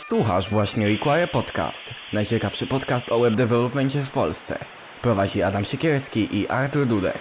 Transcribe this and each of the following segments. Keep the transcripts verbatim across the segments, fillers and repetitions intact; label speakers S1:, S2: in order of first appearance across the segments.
S1: Słuchasz właśnie Require Podcast, najciekawszy podcast o web developmencie w Polsce. Prowadzi Adam Siekierski i Artur Dudek.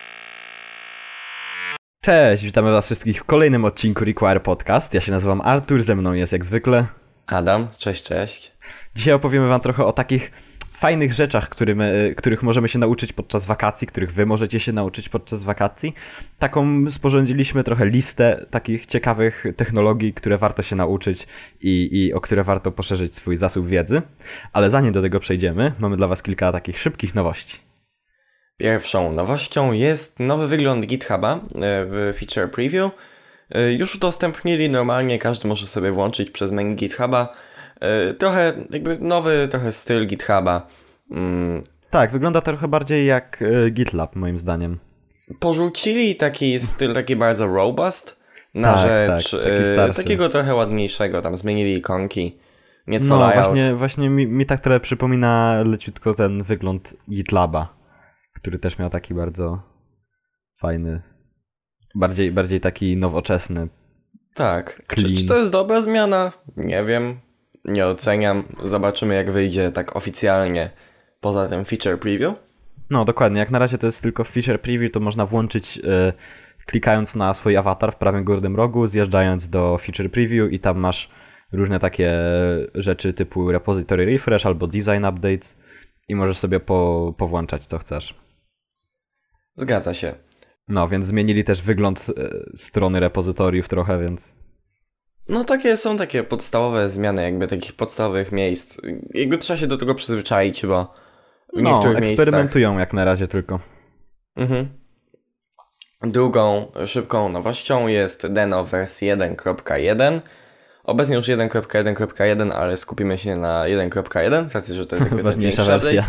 S2: Cześć, witamy was wszystkich w kolejnym odcinku Require Podcast. Ja się nazywam Artur, ze mną jest jak zwykle
S3: Adam, cześć, cześć.
S2: Dzisiaj opowiemy wam trochę o takich fajnych rzeczach, którym, których możemy się nauczyć podczas wakacji, których wy możecie się nauczyć podczas wakacji. Taką sporządziliśmy trochę listę takich ciekawych technologii, które warto się nauczyć i, i o które warto poszerzyć swój zasób wiedzy. Ale zanim do tego przejdziemy, mamy dla was kilka takich szybkich nowości.
S3: Pierwszą nowością jest nowy wygląd GitHuba w Feature Preview. Już udostępnili normalnie, każdy może sobie włączyć przez menu GitHuba. Trochę jakby nowy trochę styl GitHuba. Mm.
S2: Tak, wygląda trochę bardziej jak GitLab moim zdaniem.
S3: Porzucili taki styl taki bardzo robust na
S2: tak,
S3: rzecz
S2: tak, taki starszy.
S3: Takiego trochę ładniejszego. Tam zmienili ikonki, nieco
S2: no,
S3: layout.
S2: Właśnie, właśnie mi, mi tak trochę przypomina leciutko ten wygląd GitLaba, który też miał taki bardzo fajny, bardziej, bardziej taki nowoczesny.
S3: Tak.
S2: Clean.
S3: Czy, czy to jest dobra zmiana? Nie wiem. Nie oceniam. Zobaczymy, jak wyjdzie tak oficjalnie poza tym feature preview.
S2: No dokładnie, jak na razie to jest tylko feature preview, to można włączyć yy, klikając na swój awatar w prawym górnym rogu, zjeżdżając do feature preview i tam masz różne takie rzeczy typu repository refresh albo design updates i możesz sobie po, powłączać co chcesz.
S3: Zgadza się.
S2: No, więc zmienili też wygląd yy, strony repozytoriów trochę, więc...
S3: No takie są takie podstawowe zmiany, jakby takich podstawowych miejsc. Jakby trzeba się do tego przyzwyczaić, bo w
S2: no,
S3: niektórych
S2: eksperymentują
S3: miejscach...
S2: jak na razie tylko.
S3: Mhm. Drugą szybką nowością jest Deno wersja jeden kropka jeden. Obecnie już jeden kropka jeden kropka jeden, ale skupimy się na jeden kropka jeden, z racji, że to jest jakby
S2: ważniejsza wersja.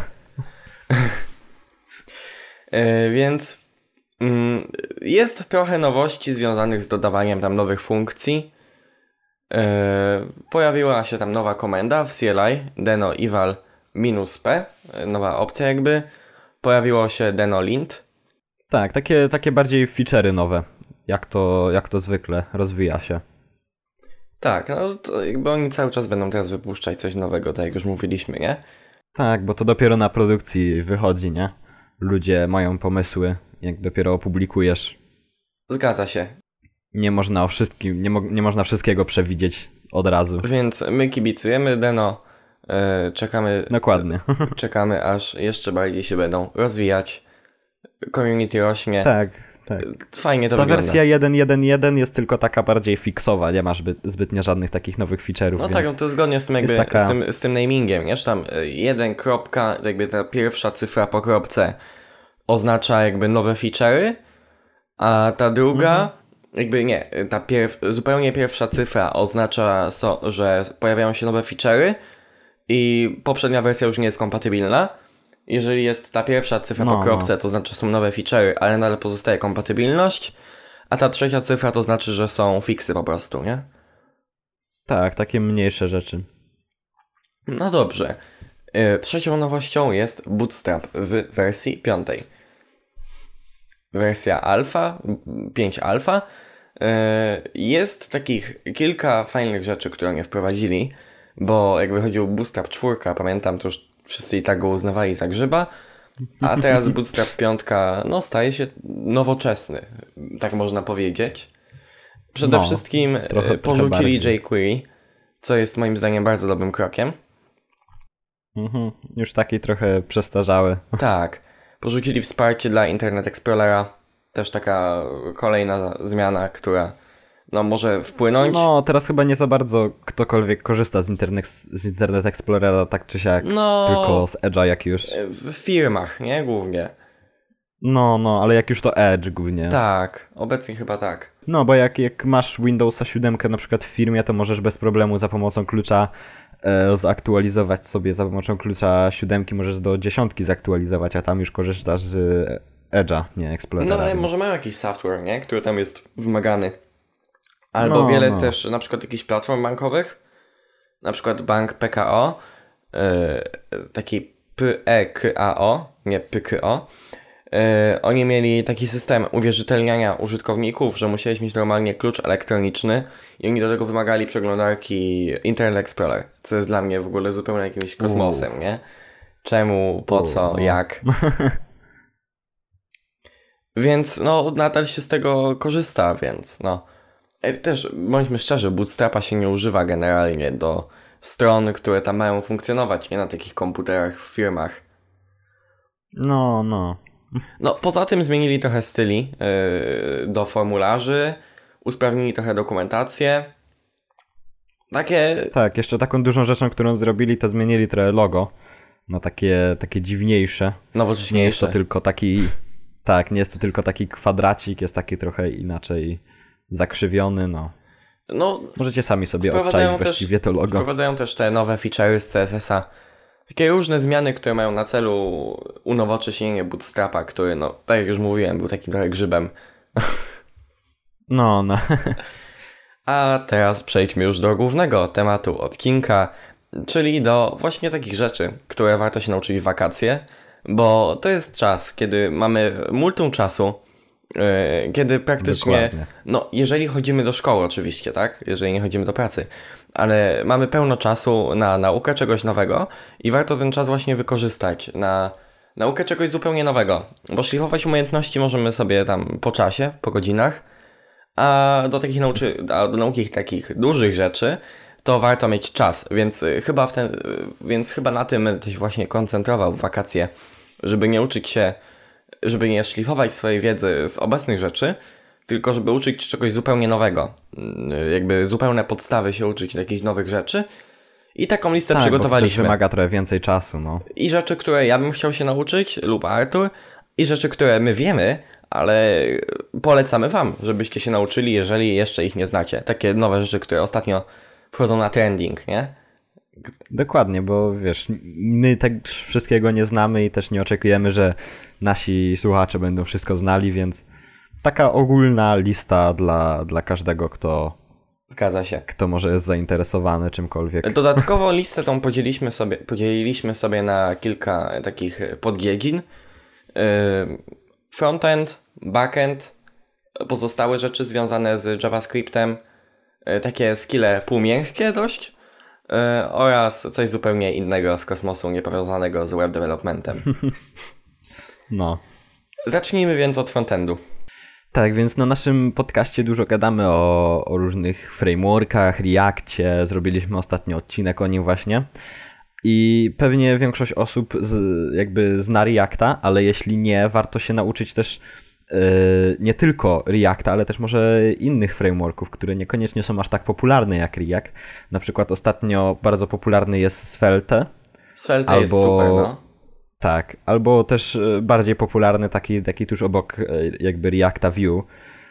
S3: yy, więc yy, jest trochę nowości związanych z dodawaniem tam nowych funkcji. Yy, pojawiła się tam nowa komenda w C L I, deno eval -p, nowa opcja jakby. Pojawiło się deno lint.
S2: Tak, takie, takie bardziej feature'y nowe, jak to, jak to zwykle rozwija się.
S3: Tak, no to jakby oni cały czas będą teraz wypuszczać coś nowego, tak jak już mówiliśmy, nie?
S2: Tak, bo to dopiero na produkcji wychodzi, nie? Ludzie mają pomysły, jak dopiero opublikujesz.
S3: Zgadza się.
S2: Nie można o wszystkim, nie, mo- nie można wszystkiego przewidzieć od razu.
S3: Więc my kibicujemy deno, yy, czekamy,
S2: Dokładnie.
S3: czekamy aż jeszcze bardziej się będą rozwijać. Community rośnie.
S2: Tak, tak.
S3: Fajnie to
S2: Ta
S3: wygląda.
S2: wersja jeden kropka jeden kropka jeden jest tylko taka bardziej fiksowa, nie masz zbyt, zbytnio żadnych takich nowych feature'ów.
S3: No tak, no to zgodnie z tym jakby,
S2: taka...
S3: z, tym, z tym namingiem, nie? Że tam jeden kropka, jakby ta pierwsza cyfra po kropce oznacza jakby nowe feature'y, a ta druga, mhm. jakby nie, ta pierw, zupełnie pierwsza cyfra oznacza, so, że pojawiają się nowe feature'y i poprzednia wersja już nie jest kompatybilna. Jeżeli jest ta pierwsza cyfra
S2: no,
S3: po kropce,
S2: no.
S3: to znaczy, że są nowe feature'y, ale nadal pozostaje kompatybilność, a ta trzecia cyfra to znaczy, że są fiksy po prostu, nie?
S2: Tak, takie mniejsze rzeczy.
S3: No dobrze. Yy, trzecią nowością jest Bootstrap w wersji piątej. Wersja alfa, pięć alfa. Yy, jest takich kilka fajnych rzeczy, które oni wprowadzili, bo jak wychodził Bootstrap cztery, pamiętam, to już wszyscy i tak go uznawali za grzyba, a teraz Bootstrap pięć no, staje się nowoczesny, tak można powiedzieć. Przede
S2: no,
S3: wszystkim
S2: trochę,
S3: porzucili
S2: trochę
S3: jQuery, co jest moim zdaniem bardzo dobrym krokiem.
S2: Mhm, już taki trochę przestarzały.
S3: Tak, porzucili wsparcie dla Internet Explorera, też taka kolejna zmiana, która no może wpłynąć.
S2: No, teraz chyba nie za bardzo ktokolwiek korzysta z Internet, z Internet Explorera tak czy siak,
S3: no,
S2: tylko z Edge'a jak już.
S3: W firmach, nie? Głównie.
S2: No, no, ale jak już to Edge głównie.
S3: Tak, obecnie chyba tak.
S2: No, bo jak, jak masz Windowsa siedem na przykład w firmie, to możesz bez problemu za pomocą klucza e, zaktualizować sobie, za pomocą klucza siódemki możesz do dziesiątki zaktualizować, a tam już korzystasz z Edge'a, nie Explorera.
S3: No, ale
S2: więc...
S3: może mają jakiś software, nie? Który tam jest wymagany. Albo
S2: no,
S3: wiele
S2: no.
S3: też na przykład jakichś platform bankowych, na przykład bank P K O, yy, taki P E K A O, nie P K O, Yy, oni mieli taki system uwierzytelniania użytkowników, że musiałeś mieć normalnie klucz elektroniczny i oni do tego wymagali przeglądarki Internet Explorer, co jest dla mnie w ogóle zupełnie jakimś kosmosem, Uu. nie? Czemu, po co,
S2: Uu, no.
S3: jak? Więc no nadal się z tego korzysta, więc no. Też bądźmy szczerzy, Bootstrapa się nie używa generalnie do stron, które tam mają funkcjonować, nie na takich komputerach w firmach.
S2: No, no.
S3: No, poza tym zmienili trochę styli yy, do formularzy, usprawnili trochę dokumentację. Takie...
S2: Tak, jeszcze taką dużą rzeczą, którą zrobili, to zmienili trochę logo na takie, takie dziwniejsze.
S3: Nowocześniejsze.
S2: Nie jest to tylko taki... Tak, nie jest to tylko taki kwadracik, jest taki trochę inaczej zakrzywiony, no.
S3: No,
S2: możecie sami sobie obczaić właściwie to logo.
S3: Wprowadzają też te nowe feature'y z C S S a. Takie różne zmiany, które mają na celu unowocześnienie Bootstrapa, który, no, tak jak już mówiłem, był takim trochę grzybem.
S2: No, no.
S3: A teraz przejdźmy już do głównego tematu odcinka, czyli do właśnie takich rzeczy, które warto się nauczyć w wakacje, bo to jest czas, kiedy mamy multum czasu, yy, kiedy praktycznie, Dokładnie. no jeżeli chodzimy do szkoły oczywiście, tak, jeżeli nie chodzimy do pracy, ale mamy pełno czasu na naukę czegoś nowego i warto ten czas właśnie wykorzystać na naukę czegoś zupełnie nowego, bo szlifować umiejętności możemy sobie tam po czasie, po godzinach, a do takich nauczy, a do nauki takich dużych rzeczy to warto mieć czas, więc chyba w ten, więc chyba na tym będę się właśnie koncentrował w wakacje, żeby nie uczyć się, żeby nie szlifować swojej wiedzy z obecnych rzeczy, tylko żeby uczyć czegoś zupełnie nowego. Jakby zupełne podstawy się uczyć jakichś nowych rzeczy. I taką listę
S2: tak,
S3: przygotowaliśmy.
S2: Bo to wymaga trochę więcej czasu, no.
S3: I rzeczy, które ja bym chciał się nauczyć, lub Artur, i rzeczy, które my wiemy, ale polecamy wam, żebyście się nauczyli, jeżeli jeszcze ich nie znacie. Takie nowe rzeczy, które ostatnio wchodzą na trending, nie?
S2: Dokładnie, bo wiesz, my też wszystkiego nie znamy i też nie oczekujemy, że nasi słuchacze będą wszystko znali, więc taka ogólna lista dla, dla każdego, kto...
S3: Zgadza się.
S2: Kto może jest zainteresowany czymkolwiek.
S3: Dodatkowo listę tą podzieliliśmy sobie, podzieliliśmy sobie na kilka takich poddziedzin. Frontend, backend, pozostałe rzeczy związane z JavaScriptem, takie skille półmiękkie dość oraz coś zupełnie innego z kosmosu, niepowiązanego z web developmentem.
S2: No.
S3: Zacznijmy więc od frontendu.
S2: Tak, więc na naszym podcaście dużo gadamy o, o różnych frameworkach, Reactie, zrobiliśmy ostatnio odcinek o nim właśnie i pewnie większość osób z, jakby zna Reacta, ale jeśli nie, warto się nauczyć też yy, nie tylko Reacta, ale też może innych frameworków, które niekoniecznie są aż tak popularne jak React. Na przykład ostatnio bardzo popularny jest Svelte.
S3: Svelte
S2: albo...
S3: jest super, no.
S2: Tak, albo też bardziej popularny taki, taki tuż obok jakby Reacta Vue.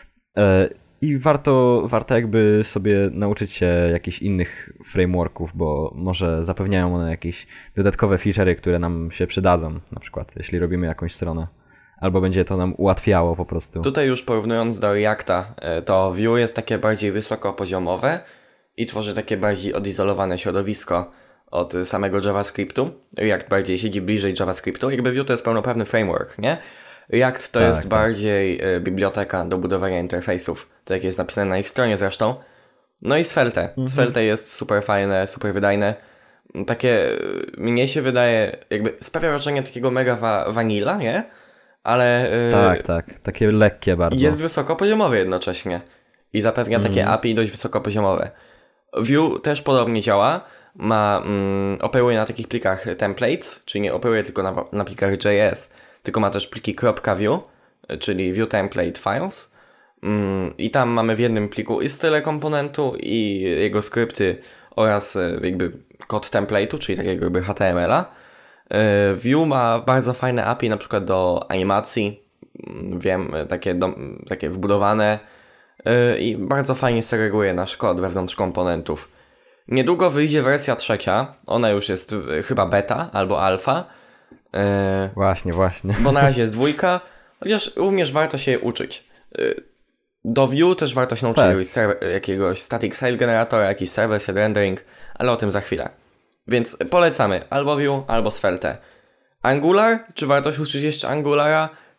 S2: I warto, warto jakby sobie nauczyć się jakichś innych frameworków, bo może zapewniają one jakieś dodatkowe feature'y, które nam się przydadzą, na przykład jeśli robimy jakąś stronę. Albo będzie to nam ułatwiało po prostu.
S3: Tutaj już porównując do Reacta, to Vue jest takie bardziej wysokopoziomowe i tworzy takie bardziej odizolowane środowisko od samego JavaScriptu. React bardziej siedzi bliżej JavaScriptu. Jakby Vue to jest pełnoprawny framework, nie? React to
S2: tak,
S3: jest
S2: tak.
S3: bardziej y, biblioteka do budowania interfejsów. Tak jak jest napisane na ich stronie zresztą. No i Svelte. Mhm. Svelte jest super fajne, super wydajne. Takie, y, mnie się wydaje, jakby sprawia wrażenie takiego mega wa- vanilla, nie? Ale... Y,
S2: tak, tak. Takie lekkie bardzo.
S3: Jest wysokopoziomowe jednocześnie. I zapewnia takie mhm. A P I dość wysokopoziomowe. Vue też podobnie działa. Ma, mm, operuje na takich plikach templates, czyli nie operuje tylko na, na plikach J S, tylko ma też pliki .vue, czyli Vue Template Files. Mm, I tam mamy w jednym pliku i style komponentu, i jego skrypty oraz jakby kod template'u, czyli takiego jakby H T M L a. Vue ma bardzo fajne A P I na przykład do animacji, wiem, takie, do, takie wbudowane i bardzo fajnie segreguje nasz kod wewnątrz komponentów. Niedługo wyjdzie wersja trzecia, ona już jest chyba beta albo alfa. Yy,
S2: właśnie, właśnie.
S3: Bo na razie jest dwójka, chociaż również warto się je uczyć. Yy, do Vue też warto się nauczyć tak. jakiegoś, server, jakiegoś static site generatora, jakiś server-side rendering, ale o tym za chwilę. Więc polecamy albo Vue, albo Svelte. Angular? Czy warto się uczyć jeszcze Angulara?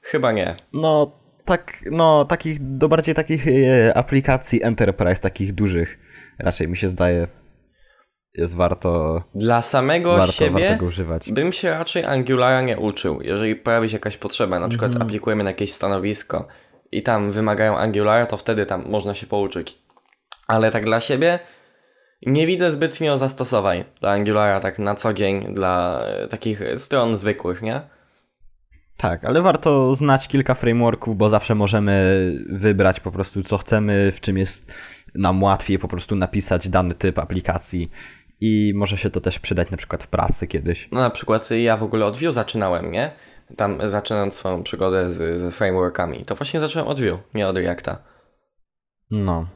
S3: Chyba nie.
S2: No, tak, no, takich, do bardziej takich e, aplikacji enterprise, takich dużych, raczej mi się zdaje, jest warto,
S3: Dla samego
S2: warto,
S3: siebie
S2: warto go używać.
S3: bym się raczej Angulara nie uczył. Jeżeli pojawi się jakaś potrzeba, na przykład
S2: Mhm.
S3: aplikujemy na jakieś stanowisko i tam wymagają Angulara, to wtedy tam można się pouczyć. Ale tak dla siebie nie widzę zbytnio zastosowań dla Angulara tak na co dzień, dla e, takich stron zwykłych, nie?
S2: Tak, ale warto znać kilka frameworków, bo zawsze możemy wybrać po prostu co chcemy, w czym jest nam łatwiej po prostu napisać dany typ aplikacji i może się to też przydać na przykład w pracy kiedyś.
S3: No na przykład ja w ogóle od Vue zaczynałem, nie? Tam zaczynając swoją przygodę z, z frameworkami. To właśnie zacząłem od Vue, nie od Reacta.
S2: No.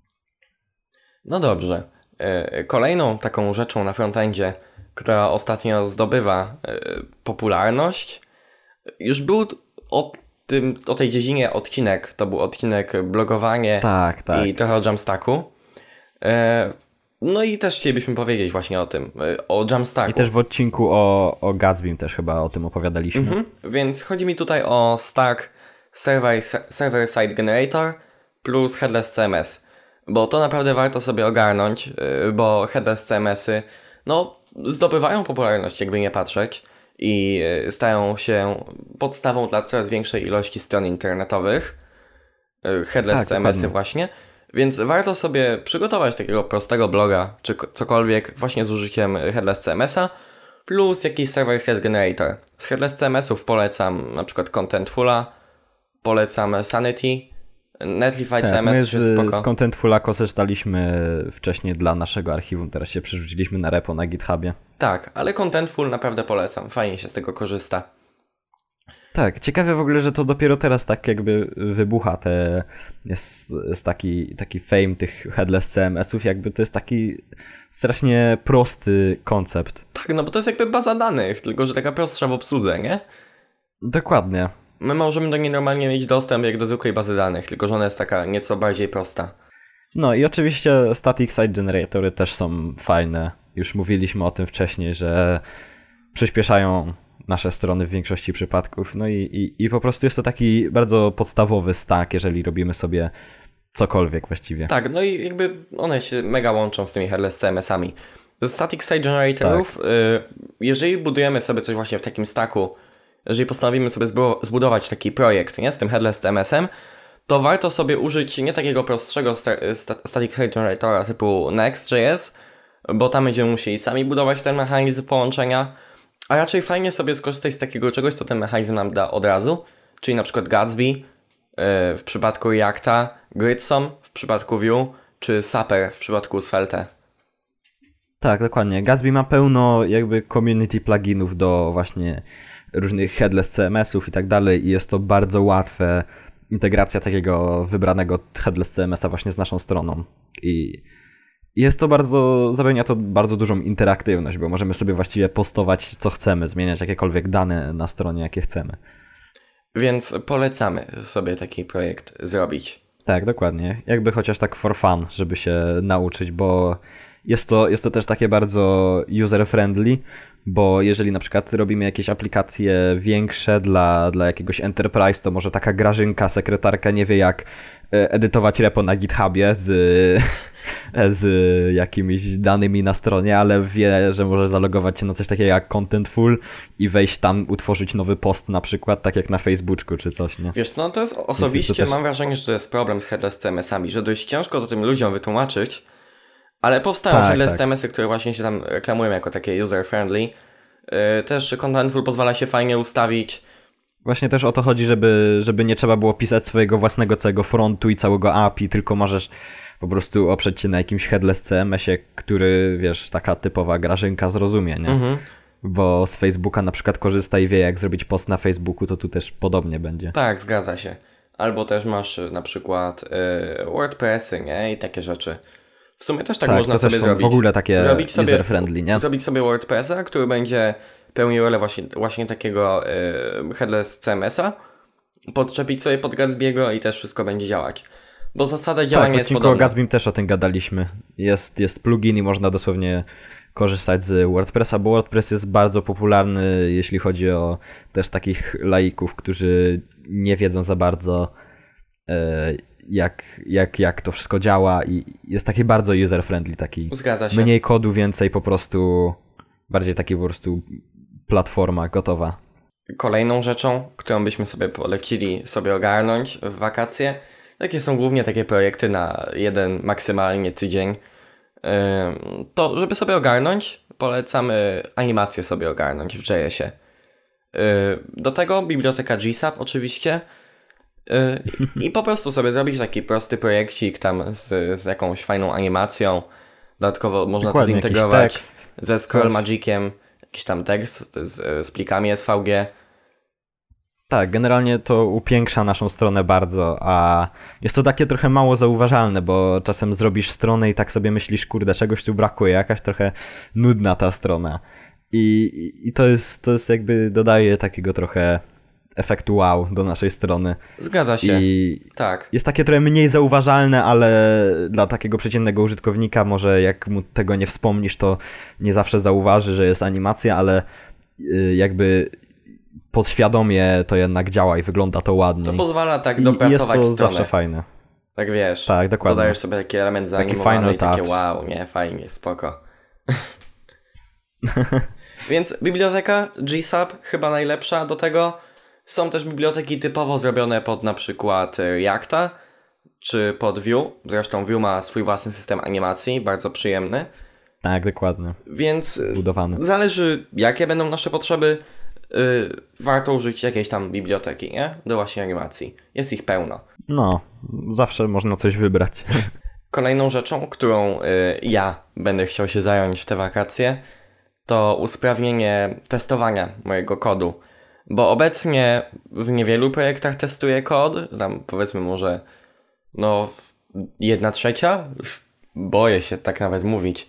S3: No dobrze. E, Kolejną taką rzeczą na frontendzie, która ostatnio zdobywa e, popularność, już był o, tym, o tej dziedzinie odcinek, to był odcinek blogowanie
S2: Tak, tak.
S3: i trochę o Jamstacku. E, No i też chcielibyśmy powiedzieć właśnie o tym, e, o Jamstacku.
S2: I też w odcinku o, o Gatsbym też chyba o tym opowiadaliśmy.
S3: Mhm. Więc chodzi mi tutaj o Stack Server, Server Side Generator plus Headless C M S. Bo to naprawdę warto sobie ogarnąć, yy, bo Headless C M S-y no, zdobywają popularność, jakby nie patrzeć, i yy, stają się podstawą dla coraz większej ilości stron internetowych. Yy, Headless
S2: Tak,
S3: C M S-y
S2: dokładnie.
S3: właśnie. Więc warto sobie przygotować takiego prostego bloga, czy k- cokolwiek właśnie z użyciem Headless C M S-a, plus jakiś Server Side Generator. Z Headless C M S-ów polecam na przykład Contentfula, polecam Sanity, Netlify C M S
S2: my
S3: też jest
S2: z,
S3: spoko.
S2: z Contentfula korzystaliśmy wcześniej dla naszego archiwum, teraz się przerzuciliśmy na repo na GitHubie.
S3: Tak, ale Contentful naprawdę polecam, fajnie się z tego korzysta.
S2: Tak, ciekawe w ogóle, że to dopiero teraz tak jakby wybucha, te, jest, jest taki, taki fame tych headless C M S-ów, jakby to jest taki strasznie prosty koncept.
S3: Tak, no bo to jest jakby baza danych, tylko że taka prostsza w obsłudze, nie?
S2: Dokładnie.
S3: My możemy do niej normalnie mieć dostęp jak do zwykłej bazy danych, tylko że ona jest taka nieco bardziej prosta.
S2: No i oczywiście static site generatory też są fajne. Już mówiliśmy o tym wcześniej, że przyspieszają nasze strony w większości przypadków. No i, i, i po prostu jest to taki bardzo podstawowy stack, jeżeli robimy sobie cokolwiek właściwie.
S3: Tak, no i jakby one się mega łączą z tymi headless C M S-ami. Z static site generatorów,
S2: Tak.
S3: y, jeżeli budujemy sobie coś właśnie w takim stacku, jeżeli postanowimy sobie zbu- zbudować taki projekt, nie, z tym headless C M S-em, to warto sobie użyć nie takiego prostszego sta- sta- static site generatora typu Next.js, bo tam będziemy musieli sami budować ten mechanizm połączenia, a raczej fajnie sobie skorzystać z takiego czegoś, co ten mechanizm nam da od razu, czyli na przykład Gatsby yy, w przypadku Reacta, Gridsom w przypadku Vue, czy Sapper w przypadku Svelte.
S2: Tak, dokładnie. Gatsby ma pełno jakby community pluginów do właśnie różnych headless C M S-ów i tak dalej i jest to bardzo łatwe integracja takiego wybranego headless C M S-a właśnie z naszą stroną. I jest to bardzo, zapewnia to bardzo dużą interaktywność, bo możemy sobie właściwie postować co chcemy, zmieniać jakiekolwiek dane na stronie, jakie chcemy.
S3: Więc polecamy sobie taki projekt zrobić.
S2: Tak, dokładnie. Jakby chociaż tak for fun, żeby się nauczyć, bo jest to, jest to też takie bardzo user-friendly, bo jeżeli na przykład robimy jakieś aplikacje większe dla, dla jakiegoś enterprise, to może taka Grażynka, sekretarka nie wie jak edytować repo na GitHubie z, z jakimiś danymi na stronie, ale wie, że może zalogować się na coś takiego jak Contentful i wejść tam, utworzyć nowy post na przykład, tak jak na Facebooku czy coś, nie?
S3: Wiesz, no to jest osobiście,
S2: też-
S3: mam wrażenie, że to jest problem z headless C M S-ami, że dość ciężko to tym ludziom wytłumaczyć, ale powstają
S2: Tak,
S3: headless
S2: tak.
S3: C M S-y, które właśnie się tam reklamują jako takie user-friendly. Yy, też Contentful pozwala się fajnie ustawić.
S2: Właśnie też o to chodzi, żeby, żeby nie trzeba było pisać swojego własnego całego frontu i całego A P I, tylko możesz po prostu oprzeć się na jakimś headless C M S-ie, który, wiesz, taka typowa Grażynka zrozumie, nie?
S3: Mhm.
S2: Bo z Facebooka na przykład korzysta i wie, jak zrobić post na Facebooku, to tu też podobnie będzie.
S3: Tak, zgadza się. Albo też masz y, na przykład y, WordPressy, nie? I takie rzeczy. W sumie też tak,
S2: Tak,
S3: można
S2: to
S3: sobie
S2: też są
S3: zrobić.
S2: w ogóle takie
S3: zrobić sobie,
S2: user-friendly, nie?
S3: Zrobić sobie WordPressa, który będzie pełnił rolę właśnie, właśnie takiego y, headless C M S-a, podczepić sobie pod Gatsby'ego i też wszystko będzie działać. Bo zasada działania
S2: Tak, w
S3: jest
S2: odcinku o
S3: podobna.
S2: Gatsbym też o tym gadaliśmy. Jest, jest plugin i można dosłownie korzystać z WordPressa, bo WordPress jest bardzo popularny, jeśli chodzi o też takich laików, którzy nie wiedzą za bardzo e, jak, jak, jak to wszystko działa i jest taki bardzo user-friendly, taki
S3: Zgadza się.
S2: mniej kodu, więcej po prostu, bardziej taki po prostu platforma gotowa.
S3: Kolejną rzeczą, którą byśmy sobie polecili sobie ogarnąć w wakacje, takie są głównie takie projekty na jeden, maksymalnie tydzień. To, żeby sobie ogarnąć, polecamy animację sobie ogarnąć w J S ie. Do tego biblioteka G S A P oczywiście i po prostu sobie zrobić taki prosty projekcik tam z, z jakąś fajną animacją. Dodatkowo można
S2: Dokładnie,
S3: to zintegrować
S2: tekst,
S3: ze Scroll Magiciem, jakiś tam tekst z, z plikami S V G.
S2: Tak, generalnie to upiększa naszą stronę bardzo, a jest to takie trochę mało zauważalne, bo czasem zrobisz stronę i tak sobie myślisz, kurde, czegoś tu brakuje, jakaś trochę nudna ta strona. I, i to jest, to jest jakby dodaje takiego trochę efektu wow do naszej strony.
S3: Zgadza się,
S2: I
S3: tak.
S2: jest takie trochę mniej zauważalne, ale dla takiego przeciętnego użytkownika może jak mu tego nie wspomnisz, to nie zawsze zauważy, że jest animacja, ale jakby podświadomie to jednak działa i wygląda to ładnie.
S3: To pozwala tak
S2: I
S3: dopracować
S2: jest to
S3: stronę.
S2: zawsze fajne.
S3: Tak wiesz,
S2: tak, dokładnie.
S3: dodajesz sobie taki element
S2: Taki
S3: zaanimowany
S2: final
S3: i takie
S2: touch.
S3: wow, nie, fajnie, spoko. Więc biblioteka G S A P chyba najlepsza do tego. Są też biblioteki typowo zrobione pod na przykład Reacta czy pod Vue. Zresztą Vue ma swój własny system animacji, bardzo przyjemny.
S2: Tak, dokładnie.
S3: Więc
S2: Budowany.
S3: zależy jakie będą nasze potrzeby. Yy, warto użyć jakiejś tam biblioteki, nie? Do właśnie animacji. Jest ich pełno.
S2: No, zawsze można coś wybrać.
S3: Kolejną rzeczą, którą y, ja będę chciał się zająć w te wakacje, to usprawnienie testowania mojego kodu. Bo obecnie w niewielu projektach testuję kod, tam powiedzmy może no jedna trzecia? Boję się tak nawet mówić.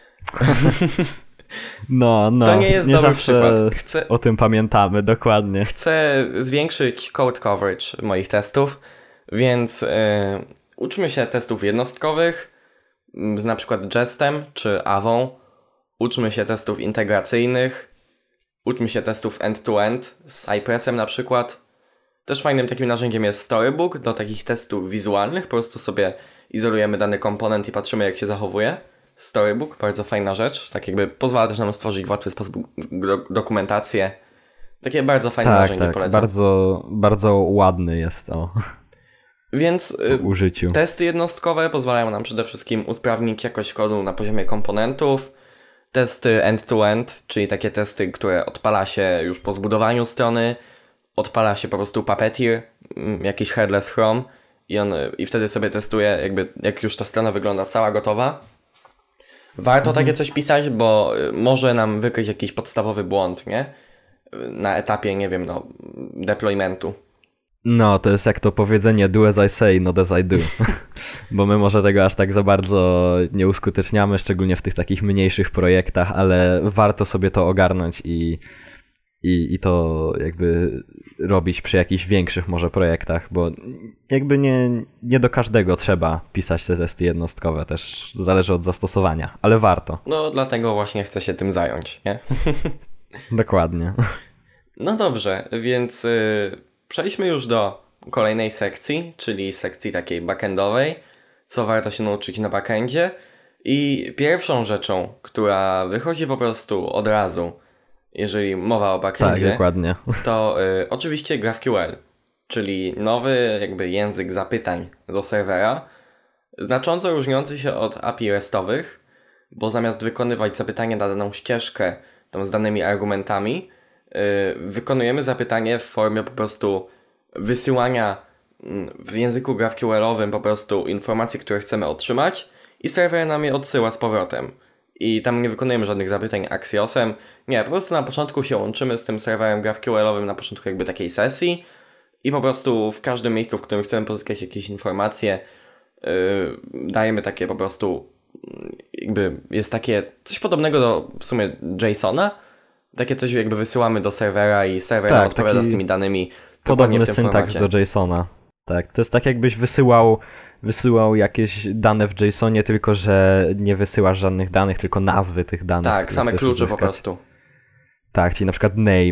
S2: No, no.
S3: To nie jest
S2: nie
S3: dobry
S2: zawsze
S3: przykład. Chcę,
S2: o tym pamiętamy, dokładnie.
S3: chcę zwiększyć code coverage moich testów, więc y, uczmy się testów jednostkowych z na przykład Jestem czy Avą. Uczmy się testów integracyjnych. Uczmy się testów end-to-end z Cypressem na przykład. Też fajnym takim narzędziem jest Storybook do takich testów wizualnych. Po prostu sobie izolujemy dany komponent i patrzymy jak się zachowuje. Storybook, bardzo fajna rzecz. Tak jakby pozwala też nam stworzyć w łatwy sposób do- dokumentację. Takie bardzo fajne
S2: tak,
S3: narzędzie
S2: tak.
S3: polecam.
S2: Bardzo, bardzo ładny jest to
S3: Więc
S2: w użyciu.
S3: testy jednostkowe pozwalają nam przede wszystkim usprawnić jakość kodu na poziomie komponentów. Testy end-to-end, czyli takie testy, które odpala się już po zbudowaniu strony, odpala się po prostu Puppeteer, jakiś headless Chrome i on i wtedy sobie testuje, jakby jak już ta strona wygląda cała gotowa. Warto takie coś pisać, bo może nam wykryć jakiś podstawowy błąd, nie? Na etapie, nie wiem, no, deploymentu.
S2: No, to jest jak to powiedzenie do as I say, not as I do. Bo my może tego aż tak za bardzo nie uskuteczniamy, szczególnie w tych takich mniejszych projektach, ale warto sobie to ogarnąć i, i, i to jakby robić przy jakichś większych może projektach, bo jakby nie, nie do każdego trzeba pisać te testy jednostkowe, też zależy od zastosowania, ale warto.
S3: No, dlatego właśnie chcę się tym zająć, nie?
S2: Dokładnie.
S3: No dobrze, więc yy, przejdźmy już do kolejnej sekcji, czyli sekcji takiej backendowej, co warto się nauczyć na backendzie. I pierwszą rzeczą, która wychodzi po prostu od razu, jeżeli mowa o backendzie,
S2: Tak, dokładnie.
S3: to y, oczywiście GraphQL, czyli nowy jakby język zapytań do serwera, znacząco różniący się od A P I restowych, bo zamiast wykonywać zapytanie na daną ścieżkę tam z danymi argumentami, y, wykonujemy zapytanie w formie po prostu wysyłania w języku GraphQL-owym po prostu informacji, które chcemy otrzymać i serwer nam je odsyła z powrotem. I tam nie wykonujemy żadnych zapytań Axiosem. Nie, po prostu na początku się łączymy z tym serwerem GraphQL-owym na początku jakby takiej sesji i po prostu w każdym miejscu, w którym chcemy pozyskać jakieś informacje, yy, dajemy takie po prostu jakby jest takie coś podobnego do w sumie JSON-a. Takie coś jakby wysyłamy do serwera i serwer
S2: Tak,
S3: nam odpowiada
S2: taki
S3: z tymi danymi
S2: podobny
S3: w tym
S2: syntaks
S3: formacie.
S2: do JSON-a. Tak, to jest tak jakbyś wysyłał, wysyłał jakieś dane w JSONie, tylko że nie wysyłasz żadnych danych, tylko nazwy tych danych.
S3: Tak,
S2: które
S3: same
S2: chcesz
S3: klucze po
S2: uzyskać.
S3: prostu.
S2: Tak, czyli na przykład name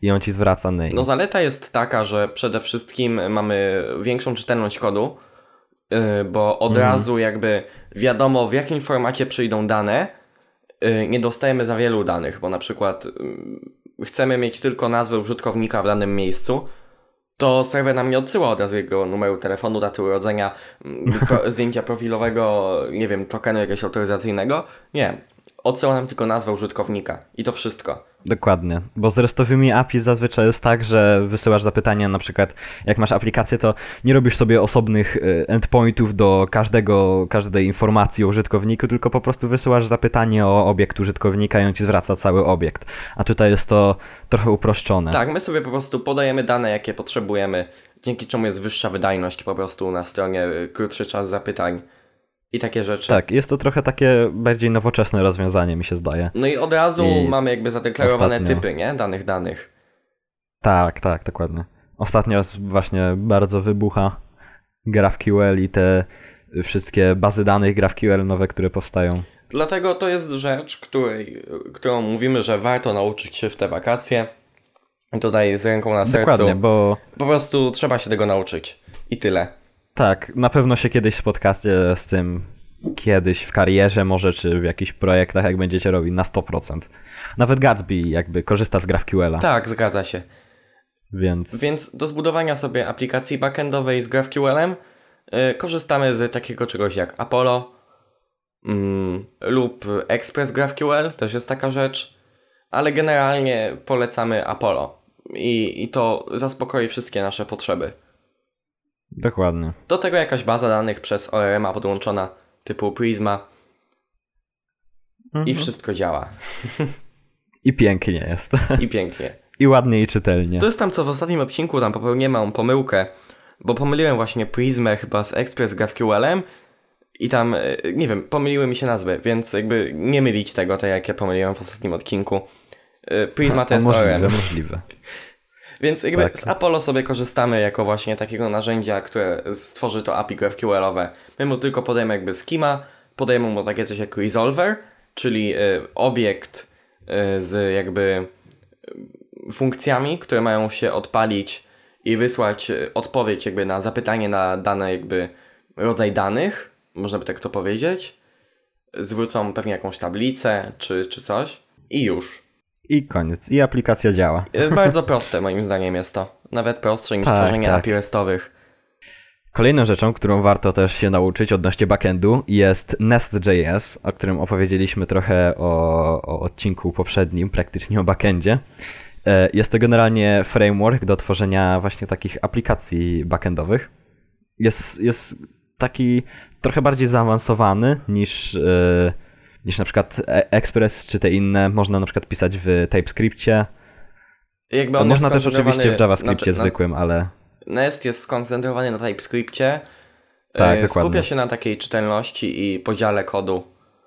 S2: i on ci zwraca name.
S3: No zaleta jest taka, że przede wszystkim mamy większą czytelność kodu, yy, bo od
S2: Mhm.
S3: razu jakby wiadomo w jakim formacie przyjdą dane, yy, nie dostajemy za wielu danych, bo na przykład yy, chcemy mieć tylko nazwę użytkownika w danym miejscu, to serwer nam nie odsyła od razu jego numeru telefonu, daty urodzenia, pro, zdjęcia profilowego, nie wiem, tokenu jakiegoś autoryzacyjnego. Nie, odsyła nam tylko nazwę użytkownika i to wszystko.
S2: Dokładnie, bo z restowymi A P I zazwyczaj jest tak, że wysyłasz zapytania, na przykład jak masz aplikację, to nie robisz sobie osobnych y, endpointów do każdego, każdej informacji o użytkowniku, tylko po prostu wysyłasz zapytanie o obiekt użytkownika i on ci zwraca cały obiekt. A tutaj jest to trochę uproszczone.
S3: Tak, my sobie po prostu podajemy dane, jakie potrzebujemy, dzięki czemu jest wyższa wydajność po prostu na stronie, krótszy czas zapytań i takie rzeczy.
S2: Tak, jest to trochę takie bardziej nowoczesne rozwiązanie, mi się zdaje.
S3: No i od razu
S2: I
S3: mamy jakby zadeklarowane
S2: ostatnio.
S3: typy, nie? Danych danych.
S2: Tak, tak, dokładnie. Ostatnio właśnie bardzo wybucha GraphQL i te wszystkie bazy danych GraphQL nowe, które powstają.
S3: Dlatego to jest rzecz, której, którą mówimy, że warto nauczyć się w te wakacje. Tutaj z ręką na sercu.
S2: Dokładnie, bo
S3: Po prostu trzeba się tego nauczyć. I tyle.
S2: tak, na pewno się kiedyś spotkacie z tym kiedyś w karierze może, czy w jakichś projektach, jak będziecie robić, na sto procent. Nawet Gatsby jakby korzysta z GraphQL-a.
S3: Tak, zgadza się.
S2: Więc...
S3: Więc do zbudowania sobie aplikacji backendowej z GraphQL-em yy, korzystamy z takiego czegoś jak Apollo mm, lub Express GraphQL, też jest taka rzecz, ale generalnie polecamy Apollo i, i to zaspokoi wszystkie nasze potrzeby.
S2: Dokładnie.
S3: Do tego jakaś baza danych przez O R M a podłączona typu Prisma
S2: Mhm.
S3: i wszystko działa.
S2: I pięknie jest.
S3: I pięknie.
S2: I ładnie i czytelnie.
S3: To jest tam, co w ostatnim odcinku tam popełniłem małą pomyłkę, bo pomyliłem właśnie Prismę chyba z Express GraphQL-em i tam, nie wiem, pomyliły mi się nazwy, więc jakby nie mylić tego, tak jak ja pomyliłem w ostatnim odcinku. Prisma to jest O R M.
S2: Możliwe, możliwe.
S3: Więc jakby
S2: Tak.
S3: z Apollo sobie korzystamy jako właśnie takiego narzędzia, które stworzy to A P I GraphQL-owe. My mu tylko podajemy jakby schema, podajemy mu takie coś jak resolver, czyli y, obiekt y, z jakby y, funkcjami, które mają się odpalić i wysłać y, odpowiedź jakby na zapytanie na dany jakby rodzaj danych, można by tak to powiedzieć. Zwrócą pewnie jakąś tablicę czy, czy coś i już.
S2: I koniec. I aplikacja działa.
S3: Bardzo proste moim zdaniem jest to. Nawet prostsze niż
S2: Tak,
S3: tworzenie
S2: tak.
S3: A P I restowych.
S2: Kolejną rzeczą, którą warto też się nauczyć odnośnie backendu jest Nest.js, o którym opowiedzieliśmy trochę o, o odcinku poprzednim, praktycznie o backendzie. E, Jest to generalnie framework do tworzenia właśnie takich aplikacji backendowych. Jest, jest taki trochę bardziej zaawansowany niż, e, niż na przykład E- Express czy te inne. Można na przykład pisać w TypeScriptie.
S3: Jakby on
S2: Można
S3: jest
S2: też oczywiście w
S3: skoncentrowany
S2: JavaScriptie
S3: na- na-
S2: zwykłym, ale...
S3: Nest jest skoncentrowany na TypeScriptie.
S2: Tak,
S3: e,
S2: dokładnie.
S3: Skupia się na takiej czytelności i podziale kodu.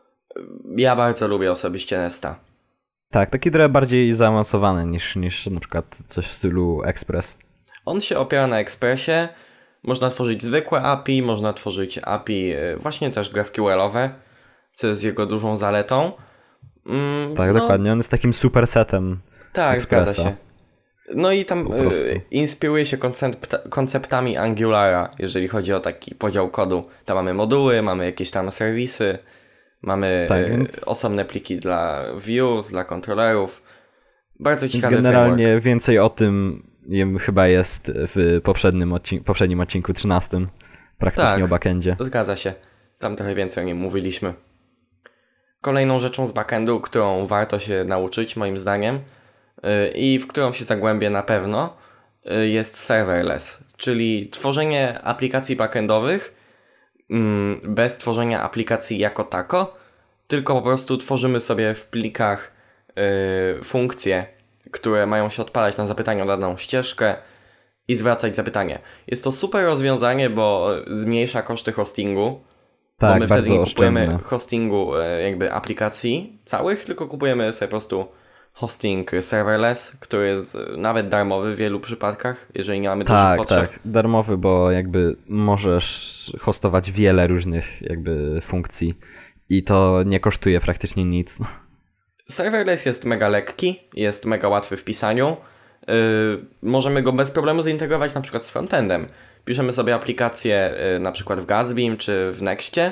S3: Ja bardzo lubię osobiście Nesta.
S2: Tak, taki trochę bardziej zaawansowany niż, niż na przykład coś w stylu Express.
S3: On się opiera na Expressie. Można tworzyć zwykłe A P I, można tworzyć A P I e, właśnie też GraphQL-owe, co jest jego dużą zaletą. Mm,
S2: Tak,
S3: no,
S2: dokładnie. On jest takim supersetem.
S3: Tak,
S2: Expressa.
S3: zgadza się. No i tam
S2: Po prostu.
S3: y, inspiruje się koncept, konceptami Angulara, jeżeli chodzi o taki podział kodu. Tam mamy moduły, mamy jakieś tam serwisy, mamy
S2: Tak,
S3: y,
S2: więc-
S3: osobne pliki dla views, dla kontrolerów. Bardzo
S2: Więc
S3: ciekawy
S2: generalnie
S3: framework.
S2: więcej o tym jem, chyba jest w poprzednim, odcinku, poprzednim odcinku trzynastym. Praktycznie
S3: Tak.
S2: o backendzie.
S3: Zgadza się. Tam trochę więcej o nim mówiliśmy. Kolejną rzeczą z backendu, którą warto się nauczyć moim zdaniem y, i w którą się zagłębię na pewno, y, jest serverless, czyli tworzenie aplikacji backendowych mm, bez tworzenia aplikacji jako tako, tylko po prostu tworzymy sobie w plikach y, funkcje, które mają się odpalać na zapytanie o daną ścieżkę i zwracać zapytanie. Jest to super rozwiązanie, bo zmniejsza koszty hostingu, bo
S2: Tak,
S3: my wtedy
S2: bardzo
S3: nie kupujemy
S2: oszczędne.
S3: hostingu e, jakby aplikacji całych, tylko kupujemy sobie po prostu hosting serverless, który jest e, nawet darmowy w wielu przypadkach, jeżeli nie mamy dużych
S2: Tak,
S3: potrzeb.
S2: tak. Darmowy, bo jakby możesz hostować wiele różnych jakby funkcji i to nie kosztuje praktycznie nic.
S3: Serverless jest mega lekki, jest mega łatwy w pisaniu. yy, możemy go bez problemu zintegrować na przykład z frontendem. Piszemy sobie aplikację yy, na przykład w Gatsbym czy w Nextie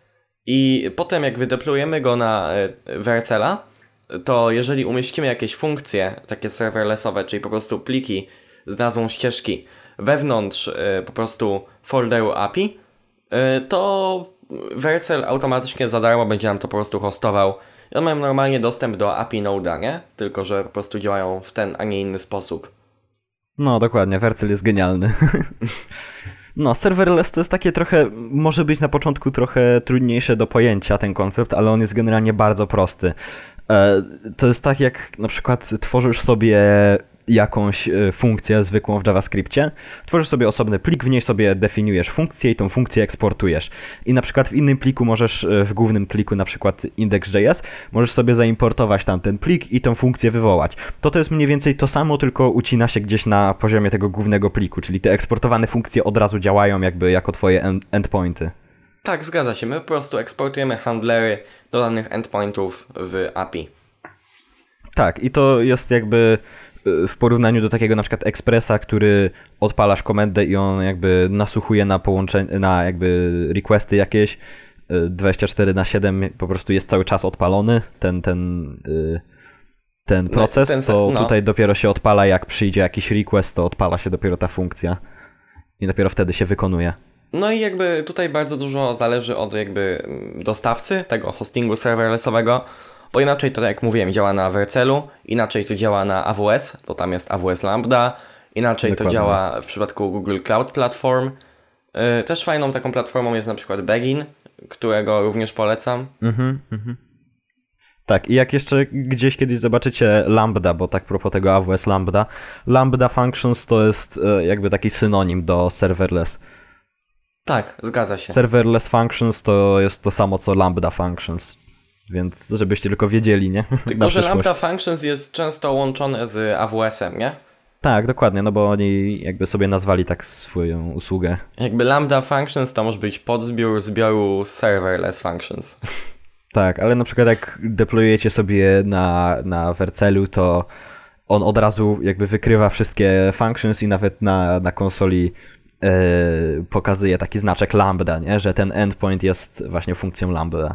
S3: i potem jak wydeployujemy go na yy, Vercela, to jeżeli umieścimy jakieś funkcje takie serverlessowe, czyli po prostu pliki z nazwą ścieżki wewnątrz yy, po prostu folderu A P I, yy, to Vercel automatycznie za darmo będzie nam to po prostu hostował. I on ma normalnie dostęp do A P I Node'a, nie? Tylko że po prostu działają w ten, a nie inny sposób.
S2: No dokładnie, Vercel jest genialny. No, serverless to jest takie trochę, może być na początku trochę trudniejsze do pojęcia ten koncept, ale on jest generalnie bardzo prosty. To jest tak, jak na przykład tworzysz sobie jakąś funkcję zwykłą w JavaScriptie, tworzysz sobie osobny plik, w niej sobie definiujesz funkcję i tą funkcję eksportujesz. I na przykład w innym pliku możesz, w głównym pliku na przykład index.js, możesz sobie zaimportować tamten plik i tą funkcję wywołać. To to jest mniej więcej to samo, tylko ucina się gdzieś na poziomie tego głównego pliku, czyli te eksportowane funkcje od razu działają jakby jako twoje end- endpointy.
S3: Tak, zgadza się. My po prostu eksportujemy handlery do danych endpointów w A P I.
S2: Tak, i to jest jakby w porównaniu do takiego na przykład Expressa, który odpalasz komendę i on jakby nasłuchuje na połączenie, na jakby requesty jakieś dwadzieścia cztery na siedem, po prostu jest cały czas odpalony ten, ten, ten proces, ten, ten, to no. Tutaj dopiero się odpala, jak przyjdzie jakiś request, to odpala się dopiero ta funkcja i dopiero wtedy się wykonuje.
S3: No i jakby tutaj bardzo dużo zależy od jakby dostawcy tego hostingu serverlessowego, bo inaczej to, tak jak mówiłem, działa na Vercelu, inaczej to działa na A W S, bo tam jest A W S Lambda, inaczej Dokładnie. To działa w przypadku Google Cloud Platform. Yy, też fajną taką platformą jest na przykład Begin, którego również polecam. Mhm, mhm.
S2: Tak, i jak jeszcze gdzieś kiedyś zobaczycie Lambda, bo tak propos tego A W S Lambda, Lambda Functions to jest jakby taki synonim do serverless.
S3: Tak, zgadza się.
S2: Serverless Functions to jest to samo co Lambda Functions. Więc żebyście tylko wiedzieli, nie?
S3: Tylko, że Lambda Functions jest często łączone z A W S-em, nie?
S2: Tak, dokładnie, no bo oni jakby sobie nazwali tak swoją usługę.
S3: Jakby Lambda Functions to może być podzbiór zbioru Serverless Functions.
S2: Tak, ale na przykład jak deployujecie sobie na, na Vercelu, to on od razu jakby wykrywa wszystkie functions i nawet na, na konsoli yy, pokazuje taki znaczek lambda, nie? Że ten endpoint jest właśnie funkcją lambda.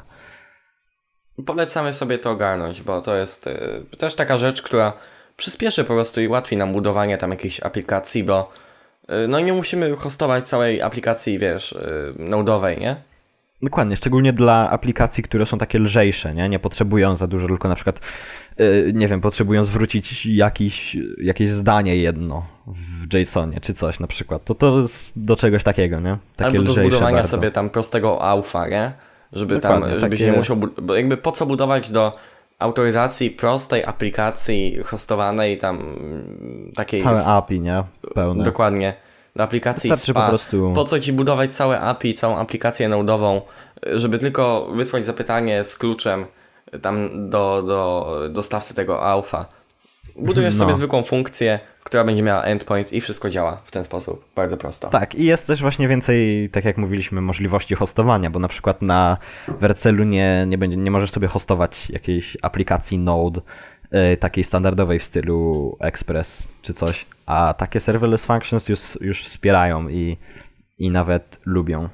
S3: Polecamy sobie to ogarnąć, bo to jest y, też taka rzecz, która przyspieszy po prostu i ułatwi nam budowanie tam jakiejś aplikacji, bo y, no nie musimy hostować całej aplikacji, wiesz, y, node'owej, nie?
S2: Dokładnie, szczególnie dla aplikacji, które są takie lżejsze, nie? Nie potrzebują za dużo, tylko na przykład, y, nie wiem, potrzebują zwrócić jakiś, jakieś zdanie jedno w JSONie, czy coś na przykład. To to jest do czegoś takiego, nie? Takie
S3: Albo do
S2: lżejsze
S3: zbudowania
S2: bardzo.
S3: sobie tam prostego aufa, nie? Żeby tam, żeby takie... się nie musiał, bo jakby po co budować do autoryzacji prostej aplikacji hostowanej tam takiej...
S2: Całe A P I, nie? Pełne.
S3: Dokładnie. Do aplikacji S P A. Po, prostu... po co ci budować całe A P I, całą aplikację node'ową, żeby tylko wysłać zapytanie z kluczem tam do, do dostawcy tego aufa. Budujesz no. sobie zwykłą funkcję, która będzie miała endpoint i wszystko działa w ten sposób. Bardzo prosto.
S2: Tak, i jest też właśnie więcej, tak jak mówiliśmy, możliwości hostowania, bo na przykład na Vercelu nie, nie, będzie, nie możesz sobie hostować jakiejś aplikacji Node yy, takiej standardowej w stylu Express czy coś, a takie serverless functions już, już wspierają i, i nawet lubią.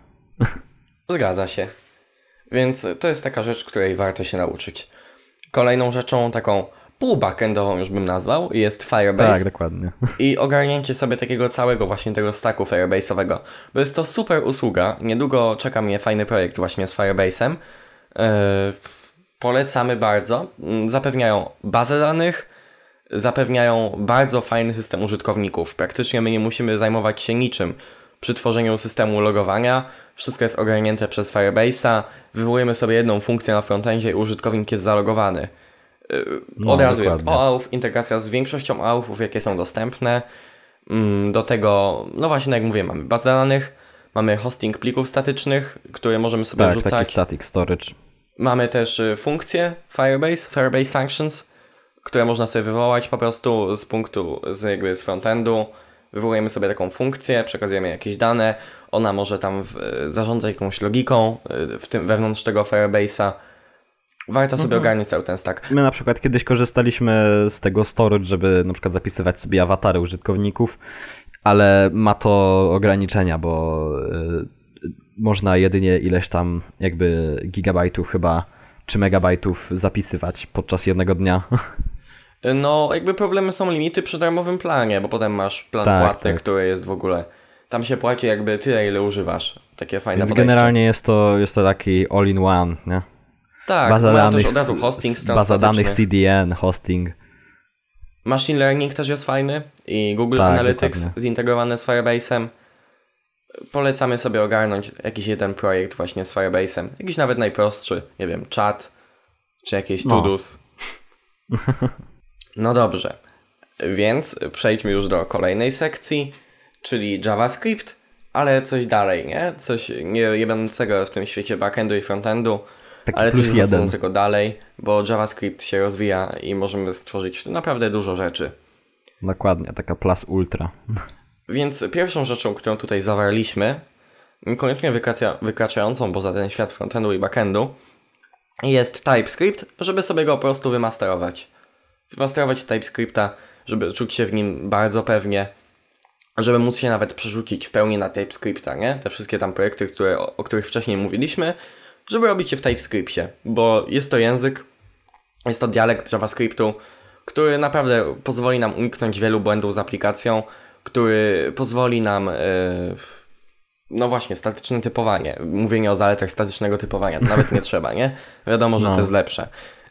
S3: Zgadza się. Więc to jest taka rzecz, której warto się nauczyć. Kolejną rzeczą taką pół-backendową już bym nazwał, jest Firebase.
S2: Tak, dokładnie.
S3: I ogarnięcie sobie takiego całego właśnie tego stacku Firebase'owego. Bo jest to super usługa. Niedługo czeka mnie fajny projekt właśnie z Firebase'em. Yy, polecamy bardzo. Zapewniają bazę danych, zapewniają bardzo fajny system użytkowników. Praktycznie my nie musimy zajmować się niczym przy tworzeniu systemu logowania. Wszystko jest ogarnięte przez Firebase'a. Wywołujemy sobie jedną funkcję na frontendzie i użytkownik jest zalogowany.
S2: No,
S3: Od razu
S2: dokładnie.
S3: jest O Auth, integracja z większością authów, jakie są dostępne. Do tego, no właśnie, jak mówię, mamy bazę danych, mamy hosting plików statycznych, które możemy sobie
S2: tak,
S3: wrzucać.
S2: Taki static storage.
S3: Mamy też funkcje Firebase, Firebase Functions, które można sobie wywołać po prostu z punktu, z jakby z frontendu. Wywołujemy sobie taką funkcję, przekazujemy jakieś dane, ona może tam w, zarządzać jakąś logiką w tym, wewnątrz tego Firebase'a. warto sobie
S2: Mhm.
S3: ogarnąć cały ten stack.
S2: My na przykład kiedyś korzystaliśmy z tego storage, żeby na przykład zapisywać sobie awatary użytkowników, ale ma to ograniczenia, bo y, można jedynie ileś tam jakby gigabajtów chyba, czy megabajtów zapisywać podczas jednego dnia.
S3: No, jakby problemy są limity przy darmowym planie, bo potem masz plan
S2: Tak,
S3: płatny,
S2: tak.
S3: który jest w ogóle... Tam się płaci jakby tyle, ile używasz. Takie fajne
S2: Więc
S3: podejście.
S2: generalnie jest to, jest to taki all-in-one, nie?
S3: Tak,
S2: Baza
S3: mają
S2: danych,
S3: też od razu hosting
S2: s-
S3: stron
S2: baza danych
S3: statycznych.
S2: C D N, hosting.
S3: Machine learning też jest fajny i Google
S2: Tak,
S3: Analytics
S2: dokładnie.
S3: zintegrowany z Firebase'em. Polecamy sobie ogarnąć jakiś jeden projekt właśnie z Firebase'em. Jakiś nawet najprostszy, nie wiem, chat, czy jakieś
S2: No.
S3: to-dos. No dobrze, więc przejdźmy już do kolejnej sekcji, czyli JavaScript, ale coś dalej, nie? Coś nie, nie będącego w tym świecie backendu i frontendu,
S2: Taki
S3: ale
S2: plus
S3: coś
S2: jeden.
S3: wychodzącego dalej, bo JavaScript się rozwija i możemy stworzyć naprawdę dużo rzeczy.
S2: Dokładnie, taka plus ultra.
S3: Więc pierwszą rzeczą, którą tutaj zawarliśmy, koniecznie wykracja, wykraczającą poza ten świat frontendu i backendu, jest TypeScript, żeby sobie go po prostu wymasterować. Wymasterować TypeScripta, żeby czuć się w nim bardzo pewnie, żeby móc się nawet przerzucić w pełni na TypeScripta, nie? Te wszystkie tam projekty, które, o, o których wcześniej mówiliśmy, żeby robić je w TypeScriptie, bo jest to język, jest to dialekt JavaScriptu, który naprawdę pozwoli nam uniknąć wielu błędów z aplikacją, który pozwoli nam, yy, no właśnie, statyczne typowanie. Mówienie o zaletach statycznego typowania, to nawet nie trzeba, nie? Wiadomo, że
S2: No.
S3: to jest lepsze.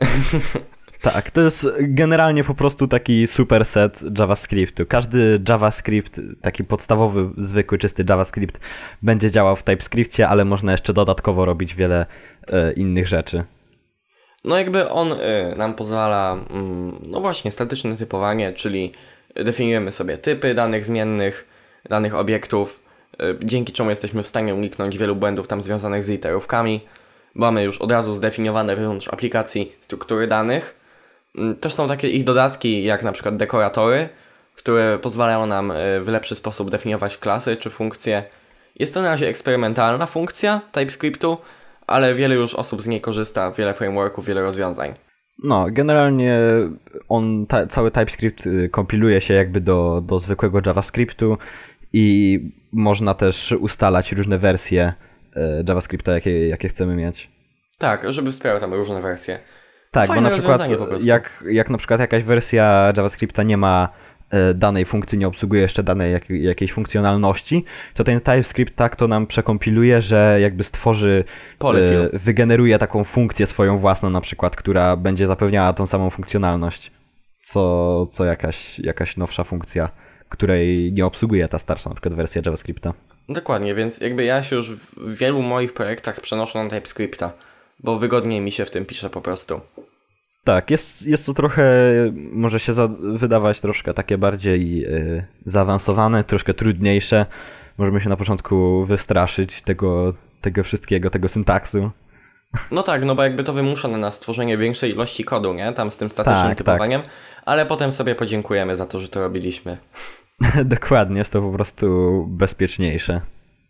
S2: Tak, to jest generalnie po prostu taki superset JavaScriptu. Każdy JavaScript, taki podstawowy, zwykły, czysty JavaScript będzie działał w TypeScriptie, ale można jeszcze dodatkowo robić wiele e, innych rzeczy.
S3: No jakby on y, nam pozwala, mm, no właśnie, statyczne typowanie, czyli definiujemy sobie typy danych zmiennych, danych obiektów, y, dzięki czemu jesteśmy w stanie uniknąć wielu błędów tam związanych z literówkami. Mamy już od razu zdefiniowane wewnątrz aplikacji struktury danych. Y, też są takie ich dodatki, jak na przykład dekoratory, które pozwalają nam y, w lepszy sposób definiować klasy czy funkcje. Jest to na razie eksperymentalna funkcja TypeScriptu, ale wiele już osób z niej korzysta, wiele frameworków, wiele rozwiązań.
S2: No, generalnie on, ta, cały TypeScript y, kompiluje się jakby do, do zwykłego JavaScriptu i można też ustalać różne wersje y, JavaScripta, jakie, jakie chcemy mieć.
S3: Tak, żeby wspierał tam różne wersje.
S2: Tak,
S3: Fajne
S2: bo na przykład
S3: rozwiązanie po prostu.
S2: jak, jak na przykład jakaś wersja JavaScripta nie ma e, danej funkcji, nie obsługuje jeszcze danej jak, jakiejś funkcjonalności, to ten TypeScript tak to nam przekompiluje, że jakby stworzy,
S3: Polyfill.
S2: e, wygeneruje taką funkcję swoją własną na przykład, która będzie zapewniała tą samą funkcjonalność, co, co jakaś, jakaś nowsza funkcja, której nie obsługuje ta starsza na przykład wersja JavaScripta.
S3: Dokładnie, więc jakby ja się już w wielu moich projektach przenoszę na TypeScripta, bo wygodniej mi się w tym pisze po prostu.
S2: Tak, jest, jest to trochę, może się za, wydawać troszkę takie bardziej y, zaawansowane, troszkę trudniejsze. Możemy się na początku wystraszyć tego, tego wszystkiego, tego syntaksu.
S3: No tak, no bo jakby to wymusza na nas stworzenie większej ilości kodu, nie? Tam z tym statycznym
S2: Tak,
S3: typowaniem, ale potem sobie podziękujemy za to, że to robiliśmy.
S2: Dokładnie, jest to po prostu bezpieczniejsze.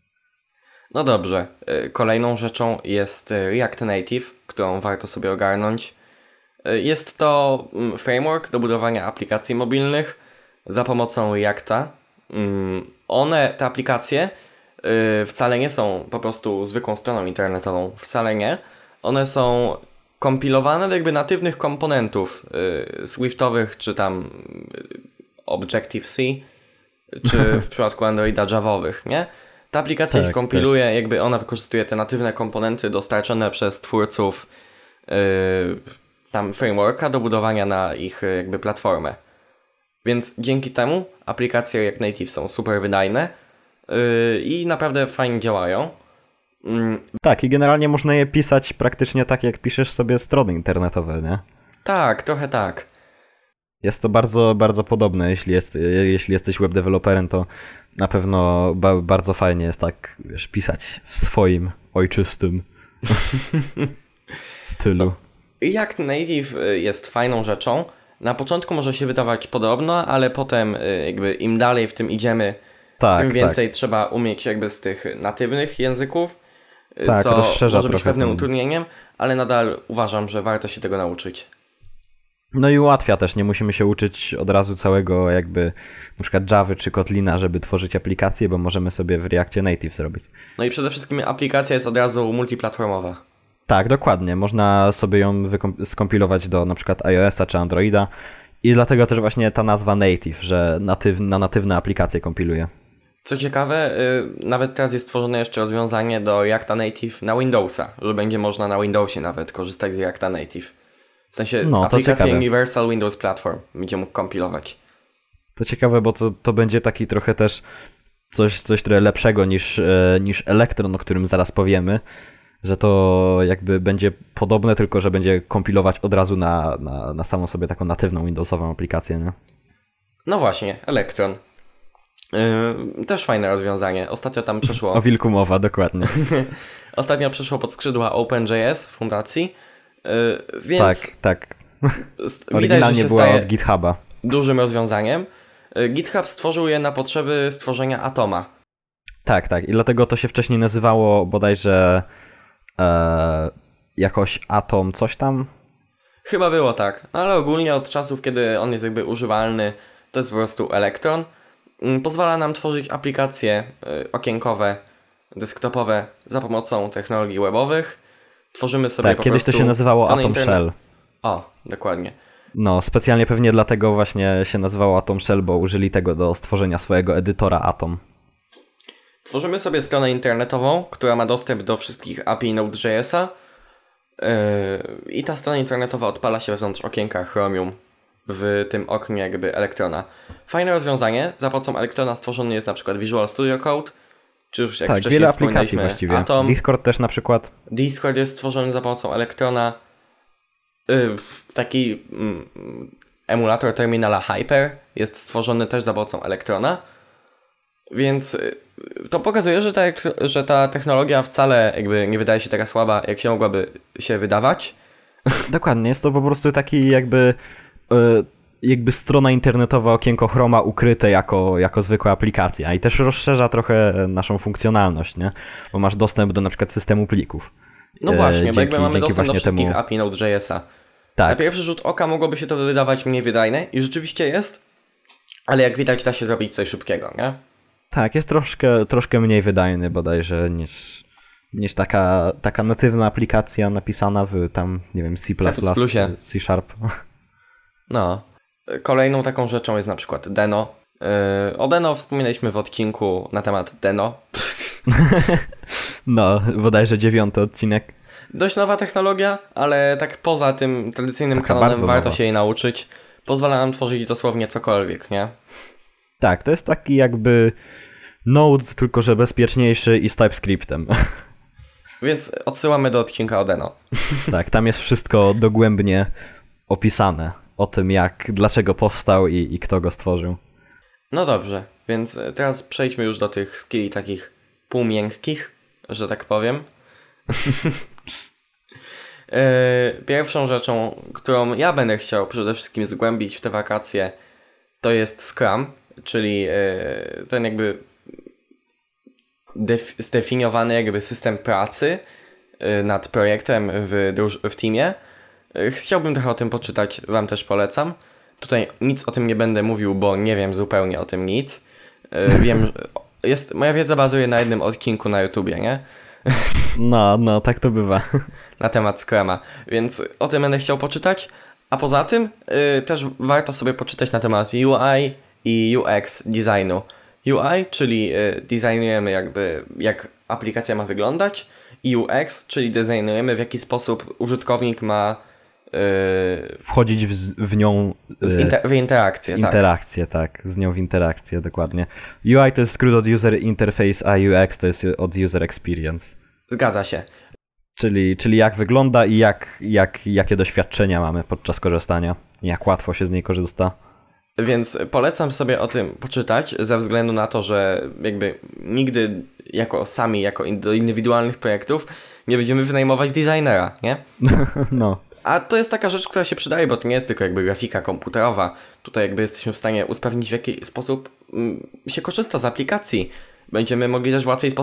S3: No dobrze, y, kolejną rzeczą jest y, React Native, którą warto sobie ogarnąć. Y, Jest to mm, framework do budowania aplikacji mobilnych za pomocą Reacta. Mm, One, te aplikacje, y, wcale nie są po prostu zwykłą stroną internetową, wcale nie. One są kompilowane do jakby natywnych komponentów y, Swiftowych, czy tam y, Objective-C, czy w przypadku Androida Javowych, nie? Ta aplikacja
S2: Tak,
S3: się kompiluje, jakby ona wykorzystuje te natywne komponenty dostarczone przez twórców yy, tam frameworka do budowania na ich yy, jakby platformę. Więc dzięki temu aplikacje jak Native są super wydajne yy, i naprawdę fajnie działają. Yy,
S2: Tak, i generalnie można je pisać praktycznie tak, jak piszesz sobie strony internetowe, nie?
S3: tak, trochę tak.
S2: Jest to bardzo, bardzo podobne. Jeśli, jest, jeśli jesteś webdeveloperem, to na pewno ba- bardzo fajnie jest tak, wiesz, pisać w swoim ojczystym stylu.
S3: React Native y, jest fajną rzeczą. Na początku może się wydawać podobno, ale potem y, jakby im dalej w tym idziemy,
S2: Tak,
S3: tym
S2: tak.
S3: więcej trzeba umieć jakby z tych natywnych języków.
S2: Tak,
S3: co
S2: rozszerza
S3: może być
S2: trochę
S3: pewnym
S2: ten-
S3: utrudnieniem, ale nadal uważam, że warto się tego nauczyć.
S2: No i ułatwia też, nie musimy się uczyć od razu całego jakby na przykład Javy czy Kotlina, żeby tworzyć aplikacje, bo możemy sobie w Reactie Native zrobić.
S3: No i przede wszystkim aplikacja jest od razu multiplatformowa.
S2: Tak, dokładnie. Można sobie ją wykom- skompilować do na przykład iOS-a czy Androida i dlatego też właśnie ta nazwa Native, że natyw- na natywne aplikacje kompiluje.
S3: Co ciekawe, yy, nawet teraz jest stworzone jeszcze rozwiązanie do Reacta Native na Windowsa, że będzie można na Windowsie nawet korzystać z Reacta Native. W sensie
S2: No, to
S3: aplikacja
S2: ciekawe.
S3: Universal Windows Platform będzie mógł kompilować.
S2: To ciekawe, bo to, to będzie taki trochę też coś, coś trochę lepszego niż, e, niż Electron, o którym zaraz powiemy, że to jakby będzie podobne, tylko że będzie kompilować od razu na, na, na samą sobie taką natywną Windowsową aplikację, nie?
S3: No właśnie, Electron. Yy, też fajne rozwiązanie. Ostatnio tam przeszło...
S2: O wilku mowa, dokładnie.
S3: Ostatnio przeszło pod skrzydła OpenJS fundacji, yy, więc
S2: Tak, tak.
S3: st- widać, że
S2: Oryginalnie
S3: się
S2: była
S3: staje
S2: od GitHuba.
S3: dużym rozwiązaniem. Yy, GitHub stworzył je na potrzeby stworzenia Atoma.
S2: Tak, tak. I dlatego to się wcześniej nazywało bodajże e, jakoś Atom coś tam.
S3: Chyba było tak, ale ogólnie od czasów, kiedy on jest jakby używalny, to jest po prostu Electron. Yy, pozwala nam tworzyć aplikacje yy, okienkowe, desktopowe za pomocą technologii webowych. Tworzymy sobie
S2: Tak,
S3: po
S2: kiedyś to
S3: prostu
S2: się nazywało
S3: stronę
S2: Atom
S3: internet-
S2: Shell.
S3: O, dokładnie.
S2: No, specjalnie pewnie dlatego właśnie się nazywało Atom Shell, bo użyli tego do stworzenia swojego edytora Atom.
S3: Tworzymy sobie stronę internetową, która ma dostęp do wszystkich A P I Node.jsa yy, i ta strona internetowa odpala się wewnątrz okienka Chromium w tym oknie jakby Electrona. Fajne rozwiązanie. Za pomocą Electrona stworzony jest na przykład Visual Studio Code, czy już jak
S2: Tak,
S3: wcześniej
S2: wiele aplikacji
S3: wspominaliśmy
S2: właściwie.
S3: Atom.
S2: Discord też na przykład.
S3: Discord jest stworzony za pomocą Electrona. Yy, taki mm, emulator terminala Hyper jest stworzony też za pomocą Electrona. Więc y, to pokazuje, że ta, że ta technologia wcale jakby nie wydaje się taka słaba, jak się mogłaby się wydawać.
S2: Dokładnie, jest to po prostu taki jakby e, jakby strona internetowa, okienko Chroma ukryte jako, jako zwykła aplikacja i też rozszerza trochę naszą funkcjonalność, nie? Bo masz dostęp do na przykład systemu plików.
S3: No
S2: E,
S3: właśnie, bo
S2: dzięki-
S3: jakby mamy
S2: dzięki
S3: dostęp do
S2: właśnie
S3: wszystkich
S2: temu-
S3: A P I Node.jsa. Na
S2: Tak,
S3: pierwszy rzut oka mogłoby się to wydawać mniej wydajne i rzeczywiście jest, ale jak widać da się zrobić coś szybkiego, nie?
S2: tak, jest troszkę, troszkę mniej wydajny bodajże niż, niż taka, taka natywna aplikacja napisana w tam, nie wiem, C++,
S3: C plus plusie.
S2: C Sharp.
S3: No. Kolejną taką rzeczą jest na przykład Deno. Yy, o Deno wspominaliśmy w odcinku na temat Deno.
S2: No, bodajże dziewiąty odcinek.
S3: Dość nowa technologia, ale tak poza tym tradycyjnym
S2: Taka
S3: kanonem
S2: bardzo
S3: warto
S2: nowa.
S3: się jej nauczyć. Pozwala nam tworzyć dosłownie cokolwiek, nie?
S2: Tak, to jest taki jakby Node, tylko że bezpieczniejszy i z TypeScriptem.
S3: Więc odsyłamy do odcinka o Deno.
S2: Tak, tam jest wszystko dogłębnie opisane o tym, jak, dlaczego powstał i, i kto go stworzył.
S3: No dobrze, więc teraz przejdźmy już do tych skilli takich półmiękkich, że tak powiem. Yy, Pierwszą rzeczą, którą ja będę chciał przede wszystkim zgłębić w te wakacje, to jest Scrum, czyli yy, ten jakby def- zdefiniowany jakby system pracy yy, nad projektem w, druż- w teamie. Yy, Chciałbym trochę o tym poczytać, wam też polecam. Tutaj nic o tym nie będę mówił, bo nie wiem zupełnie o tym nic. Yy, Wiem, że jest, moja wiedza bazuje na jednym odcinku na YouTubie, nie?
S2: No, no, tak to bywa.
S3: Na temat Scruma, więc o tym będę chciał poczytać, a poza tym y, też warto sobie poczytać na temat U I i U X designu. U I, czyli y, designujemy jakby jak aplikacja ma wyglądać i U X, czyli designujemy w jaki sposób użytkownik ma y,
S2: Wchodzić w, w nią
S3: z
S2: e,
S3: inter- w interakcję, tak.
S2: interakcję, tak, z nią w interakcję, dokładnie. U I to jest skrót od User Interface, a U X to jest od User Experience.
S3: Zgadza się.
S2: Czyli, czyli jak wygląda i jak, jak, jakie doświadczenia mamy podczas korzystania. Jak łatwo się z niej korzysta.
S3: Więc polecam sobie o tym poczytać, ze względu na to, że jakby nigdy jako sami, jako in- do indywidualnych projektów nie będziemy wynajmować designera, nie?
S2: No,
S3: A to jest taka rzecz, która się przydaje, bo to nie jest tylko jakby grafika komputerowa. Tutaj jakby jesteśmy w stanie usprawnić, w jaki sposób mm, się korzysta z aplikacji. Będziemy mogli też w łatwiej sposób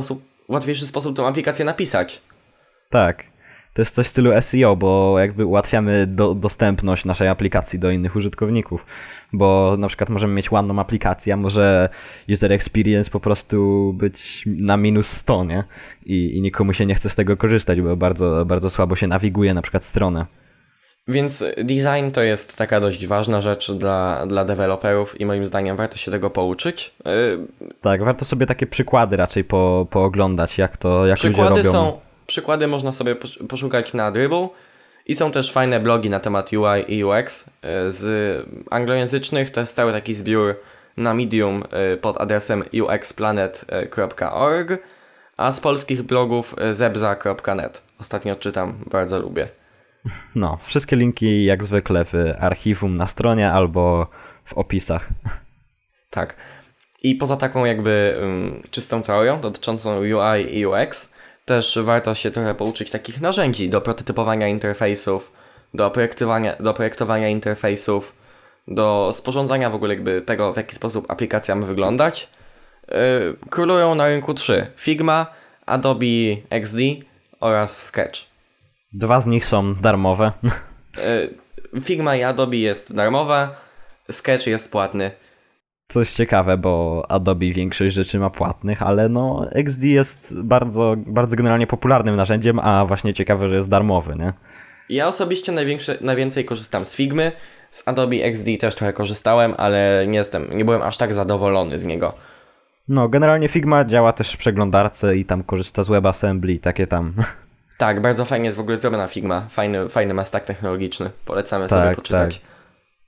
S3: łatwiejszy sposób tą aplikację napisać.
S2: Tak. To jest coś w stylu S E O, bo jakby ułatwiamy do, dostępność naszej aplikacji do innych użytkowników. Bo na przykład możemy mieć ładną aplikację, a może user experience po prostu być na minus sto, nie? I, i nikomu się nie chce z tego korzystać, bo bardzo, bardzo słabo się nawiguje na przykład stronę.
S3: Więc design to jest taka dość ważna rzecz dla, dla deweloperów i moim zdaniem warto się tego pouczyć. Yy,
S2: Tak, warto sobie takie przykłady raczej po, pooglądać, jak to jak
S3: przykłady
S2: ludzie robią.
S3: są, przykłady można sobie poszukać na Dribbble i są też fajne blogi na temat U I i U X. Yy, z anglojęzycznych to jest cały taki zbiór na Medium yy, pod adresem u x planet kropka org, a z polskich blogów zebza kropka net. Ostatnio czytam, bardzo lubię.
S2: No, wszystkie linki jak zwykle w archiwum na stronie albo w opisach.
S3: Tak. I poza taką jakby um, czystą teorią dotyczącą U I i U X też warto się trochę pouczyć takich narzędzi do prototypowania interfejsów, do projektowania, do projektowania interfejsów, do sporządzania w ogóle jakby tego, w jaki sposób aplikacja ma wyglądać. Yy, królują na rynku trzy. Figma, Adobe X D oraz Sketch.
S2: Dwa z nich są darmowe.
S3: Figma i Adobe jest darmowe, Sketch jest płatny.
S2: Co jest ciekawe, bo Adobe większość rzeczy ma płatnych, ale no X D jest bardzo, bardzo generalnie popularnym narzędziem, a właśnie ciekawe, że jest darmowy, nie?
S3: Ja osobiście największe, najwięcej korzystam z Figmy, z Adobe X D też trochę korzystałem, ale nie jestem, nie byłem aż tak zadowolony z niego.
S2: No, generalnie Figma działa też w przeglądarce i tam korzysta z WebAssembly, takie tam.
S3: Tak, bardzo fajnie jest w ogóle zrobiona Figma. Fajny, fajny ma stack technologiczny. Polecamy
S2: Tak,
S3: sobie poczytać.
S2: tak.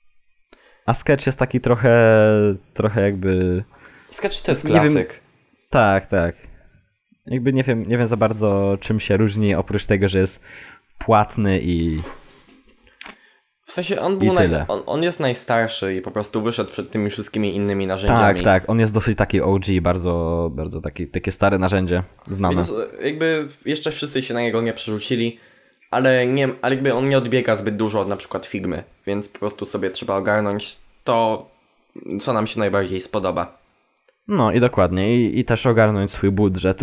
S2: A Sketch jest taki trochę, trochę jakby...
S3: Sketch to jest
S2: Nie wiem-
S3: klasyk.
S2: Tak, tak. Jakby nie wiem, nie wiem za bardzo czym się różni, oprócz tego, że jest płatny i...
S3: W sensie on
S2: I
S3: był naj,
S2: tyle.
S3: on, on jest najstarszy i po prostu wyszedł przed tymi wszystkimi innymi narzędziami.
S2: Tak, tak. On jest dosyć taki O G, bardzo, bardzo taki, takie stare narzędzie, znane.
S3: Więc jakby jeszcze wszyscy się na niego nie przerzucili, ale, nie, ale jakby on nie odbiega zbyt dużo od na przykład Figmy, więc po prostu sobie trzeba ogarnąć to, co nam się najbardziej spodoba.
S2: No i dokładnie. I, i też ogarnąć swój budżet.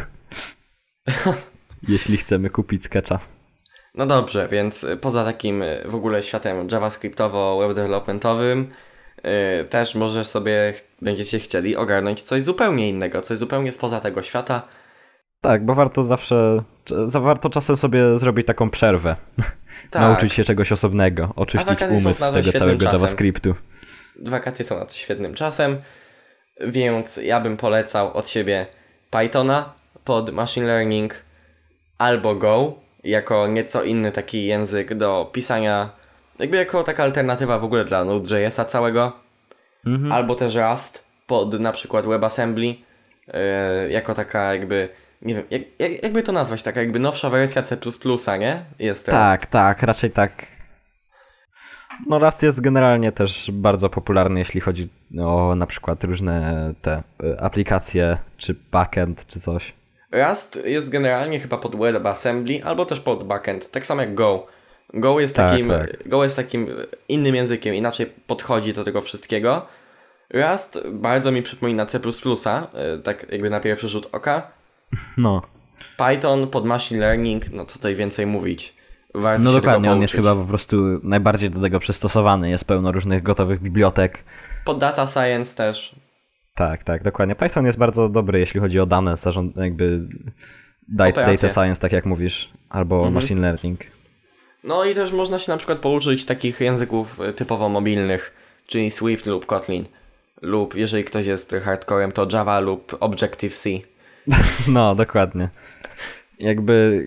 S2: Jeśli chcemy kupić Sketcha.
S3: No dobrze, więc poza takim w ogóle światem javascriptowo-web developmentowym yy, też może sobie ch- będziecie chcieli ogarnąć coś zupełnie innego, coś zupełnie spoza tego świata.
S2: Tak, bo warto zawsze, cz- za- warto czasem sobie zrobić taką przerwę.
S3: Tak.
S2: Nauczyć się czegoś osobnego,
S3: A
S2: oczyścić
S3: wakacje są
S2: umysł
S3: na
S2: z
S3: to
S2: tego
S3: świetnym
S2: całego
S3: czasem.
S2: JavaScriptu.
S3: Wakacje są na to świetnym czasem, więc ja bym polecał od siebie Pythona pod machine learning albo Go jako nieco inny taki język do pisania, jakby jako taka alternatywa w ogóle dla Node.jsa całego,
S2: Mhm.
S3: albo też Rust pod na przykład WebAssembly yy, jako taka jakby, nie wiem, jak, jak, jakby to nazwać, taka jakby nowsza wersja C plus plus, nie? Jest teraz.
S2: Tak, tak, raczej tak. No Rust jest generalnie też bardzo popularny, jeśli chodzi o na przykład różne te y, aplikacje, czy backend, czy coś.
S3: Rust jest generalnie chyba pod WebAssembly albo też pod backend, tak samo jak Go. Go jest
S2: Tak,
S3: takim,
S2: tak.
S3: Go jest takim innym językiem, inaczej podchodzi do tego wszystkiego. Rust bardzo mi przypomina C plus plus, tak jakby na pierwszy rzut oka.
S2: No,
S3: Python pod machine learning, no co tutaj więcej mówić. Warto
S2: no
S3: się
S2: dokładnie,
S3: tego
S2: on jest
S3: pouczyć.
S2: chyba po prostu najbardziej do tego przystosowany. Jest pełno różnych gotowych bibliotek.
S3: Pod data science też.
S2: Tak, tak, dokładnie. Python jest bardzo dobry, jeśli chodzi o dane, zarząd, jakby da-
S3: Operacje.
S2: data science, tak jak mówisz, albo
S3: Mhm.
S2: machine learning.
S3: No i też można się na przykład pouczyć takich języków y, typowo mobilnych, czyli Swift lub Kotlin. Lub jeżeli ktoś jest hardcorem, to Java lub Objective-C.
S2: No, dokładnie. Jakby...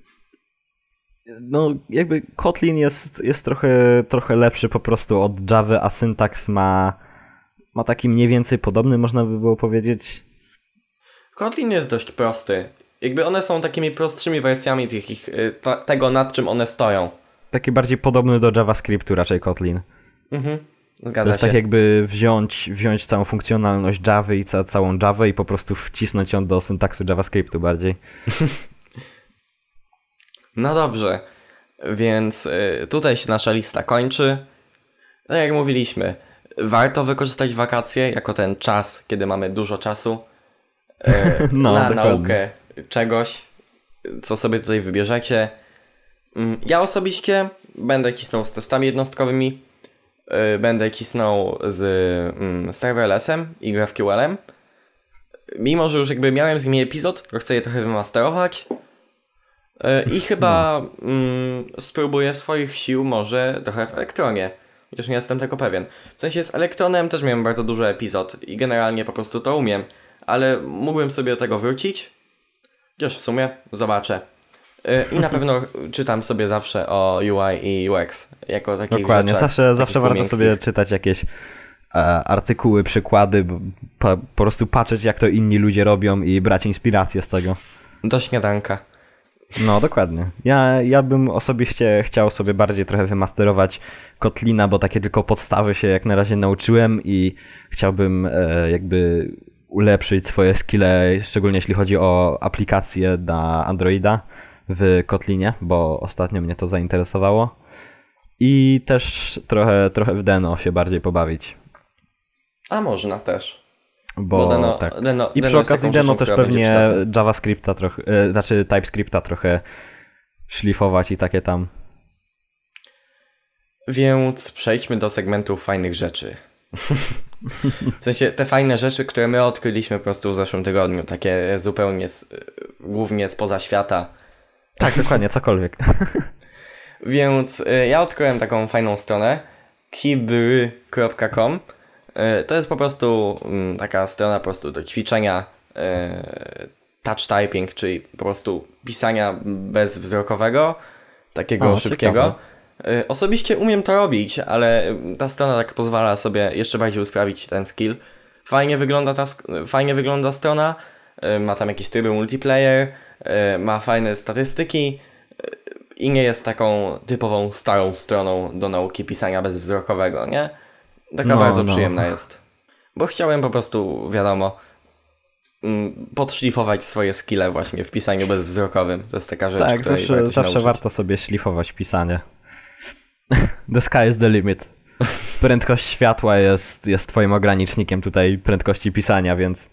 S2: No, jakby Kotlin jest, jest trochę, trochę lepszy po prostu od Java, a syntaks ma, ma taki mniej więcej podobny, można by było powiedzieć.
S3: Kotlin jest dość prosty. Jakby one są takimi prostszymi wersjami tych, ich, y, ta, tego, nad czym one stoją.
S2: Taki bardziej podobny do JavaScriptu raczej Kotlin.
S3: Mhm.
S2: To
S3: Zgadza
S2: jest
S3: się.
S2: tak jakby wziąć, wziąć całą funkcjonalność Javy i ca- całą Javę i po prostu wcisnąć ją do syntaksu JavaScriptu bardziej.
S3: No dobrze, więc y, tutaj się nasza lista kończy. No jak mówiliśmy, warto wykorzystać wakacje jako ten czas, kiedy mamy dużo czasu. e,
S2: No,
S3: na
S2: dokładnie.
S3: naukę czegoś, co sobie tutaj wybierzecie. Mm, Ja osobiście będę cisnął z testami jednostkowymi, e, będę cisnął z mm, serverlessem i GraphQL-em. Mimo, że już jakby miałem z nimi epizod, to chcę je trochę wymasterować. E, I chyba mm, spróbuję swoich sił może trochę w Elektronie. Chociaż nie jestem tego pewien. W sensie z Elektronem też miałem bardzo dużo epizod i generalnie po prostu to umiem. Ale mógłbym sobie do tego wrócić. Chociaż w sumie zobaczę. E, I na pewno czytam sobie zawsze o U I i U X. Jako takich
S2: Dokładnie,
S3: rzeczach,
S2: zawsze,
S3: takich
S2: zawsze warto
S3: miękkich.
S2: sobie czytać jakieś e, artykuły, przykłady, bo, po, po prostu patrzeć jak to inni ludzie robią i brać inspirację z tego.
S3: Do śniadanka.
S2: No, dokładnie. Ja, ja bym osobiście chciał sobie bardziej trochę wymasterować Kotlina, bo takie tylko podstawy się jak na razie nauczyłem i chciałbym e, jakby ulepszyć swoje skille, szczególnie jeśli chodzi o aplikacje na Androida w Kotlinie, bo ostatnio mnie to zainteresowało. I też trochę, trochę w Deno się bardziej pobawić.
S3: A można też.
S2: Bo,
S3: Bo Deno-
S2: tak.
S3: Deno-
S2: I
S3: Deno
S2: przy
S3: jest
S2: okazji
S3: taką
S2: Deno
S3: rzeczą,
S2: też
S3: która będzie
S2: pewnie
S3: przydatna.
S2: JavaScripta trochę, e, znaczy TypeScripta trochę szlifować i takie tam.
S3: Więc przejdźmy do segmentu fajnych rzeczy. W sensie te fajne rzeczy, które my odkryliśmy po prostu w zeszłym tygodniu. Takie zupełnie z, głównie spoza świata.
S2: Tak, dokładnie, cokolwiek.
S3: Więc y, ja odkryłem taką fajną stronę kibry kropka com. y, To jest po prostu y, taka strona po prostu do ćwiczenia y, touch typing, czyli po prostu pisania bezwzrokowego, takiego
S2: O,
S3: szybkiego. Y, Osobiście umiem to robić, ale ta strona tak pozwala sobie jeszcze bardziej usprawnić ten skill. Fajnie wygląda ta sk- fajnie wygląda strona, y, ma tam jakieś tryby multiplayer, y, ma fajne statystyki y, i nie jest taką typową starą stroną do nauki pisania bezwzrokowego, nie? Taka
S2: No,
S3: bardzo
S2: no.
S3: przyjemna jest. Bo chciałem po prostu, wiadomo, mm, podszlifować swoje skille właśnie w pisaniu bezwzrokowym. To jest taka rzecz,
S2: Tak,
S3: której
S2: zawsze,
S3: warto się
S2: zawsze
S3: nauczyć.
S2: warto sobie szlifować pisanie. The sky is the limit. Prędkość światła jest, jest twoim ogranicznikiem tutaj prędkości pisania, więc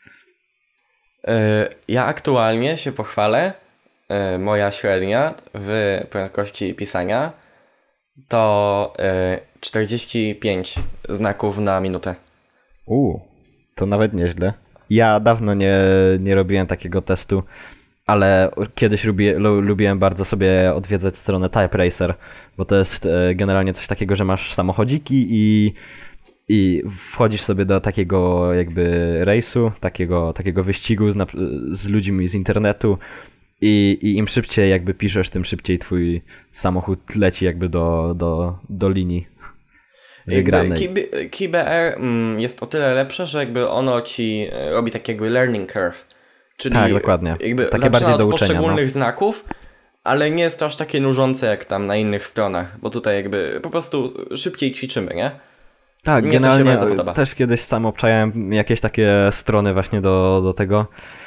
S3: Y, Ja aktualnie się pochwalę, y, moja średnia w prędkości pisania to y, czterdzieści pięć znaków na minutę.
S2: Uuu, to nawet nieźle. Ja dawno nie, nie robiłem takiego testu, ale kiedyś lubię, lu, lubiłem bardzo sobie odwiedzać stronę Type Racer, bo to jest e, generalnie coś takiego, że masz samochodziki i, i wchodzisz sobie do takiego jakby rejsu, takiego, takiego wyścigu z, nap- z ludźmi z internetu i, i im szybciej jakby piszesz, tym szybciej twój samochód leci jakby do, do, do linii wygranej.
S3: K B R mm, jest o tyle lepsze, że jakby ono ci e, robi takiego learning curve. Czyli
S2: Tak, dokładnie.
S3: jakby
S2: Takie
S3: zaczyna
S2: bardziej
S3: od
S2: do uczenia,
S3: poszczególnych
S2: no.
S3: znaków, ale nie jest to aż takie nużące jak tam na innych stronach, bo tutaj jakby po prostu szybciej ćwiczymy, nie?
S2: Tak,
S3: Mnie to się
S2: generalnie
S3: bardzo podoba.
S2: też kiedyś sam obczajałem jakieś takie strony właśnie do, do tego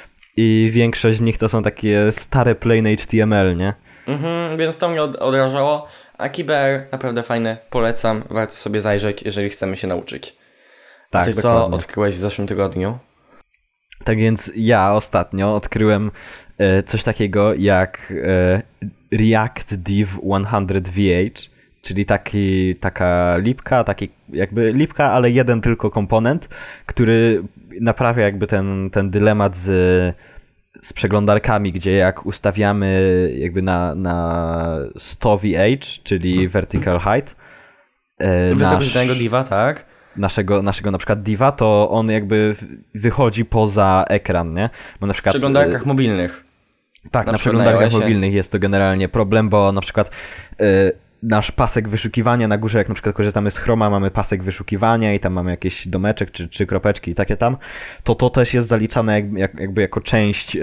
S2: i większość z nich to są takie stare plain H T M L, nie?
S3: Mhm, więc to mnie od, odrażało, a K B R naprawdę fajne, polecam, warto sobie zajrzeć, jeżeli chcemy się nauczyć.
S2: Tak,
S3: Ty co
S2: dokładnie.
S3: odkryłeś w zeszłym tygodniu?
S2: Tak więc ja ostatnio odkryłem e, coś takiego jak e, React Div sto V H, czyli taki, taka lipka, taki jakby lipka, ale jeden tylko komponent, który naprawia jakby ten, ten dylemat z, z przeglądarkami, gdzie jak ustawiamy jakby na, na sto V H, czyli vertical height, e,
S3: Wysokość
S2: nasz-
S3: danego diva, tak?
S2: naszego, naszego na przykład diva, to on jakby w- wychodzi poza ekran, nie? Bo na
S3: W
S2: przykład
S3: przeglądarkach mobilnych.
S2: tak,
S3: na
S2: na,
S3: przykład
S2: przeglądarkach
S3: na iOSie.
S2: mobilnych jest to generalnie problem, bo na przykład y, nasz pasek wyszukiwania na górze, jak na przykład korzystamy z Chroma, mamy pasek wyszukiwania i tam mamy jakiś domeczek czy, czy kropeczki i takie tam, to to też jest zaliczane jak, jak, jakby jako część y,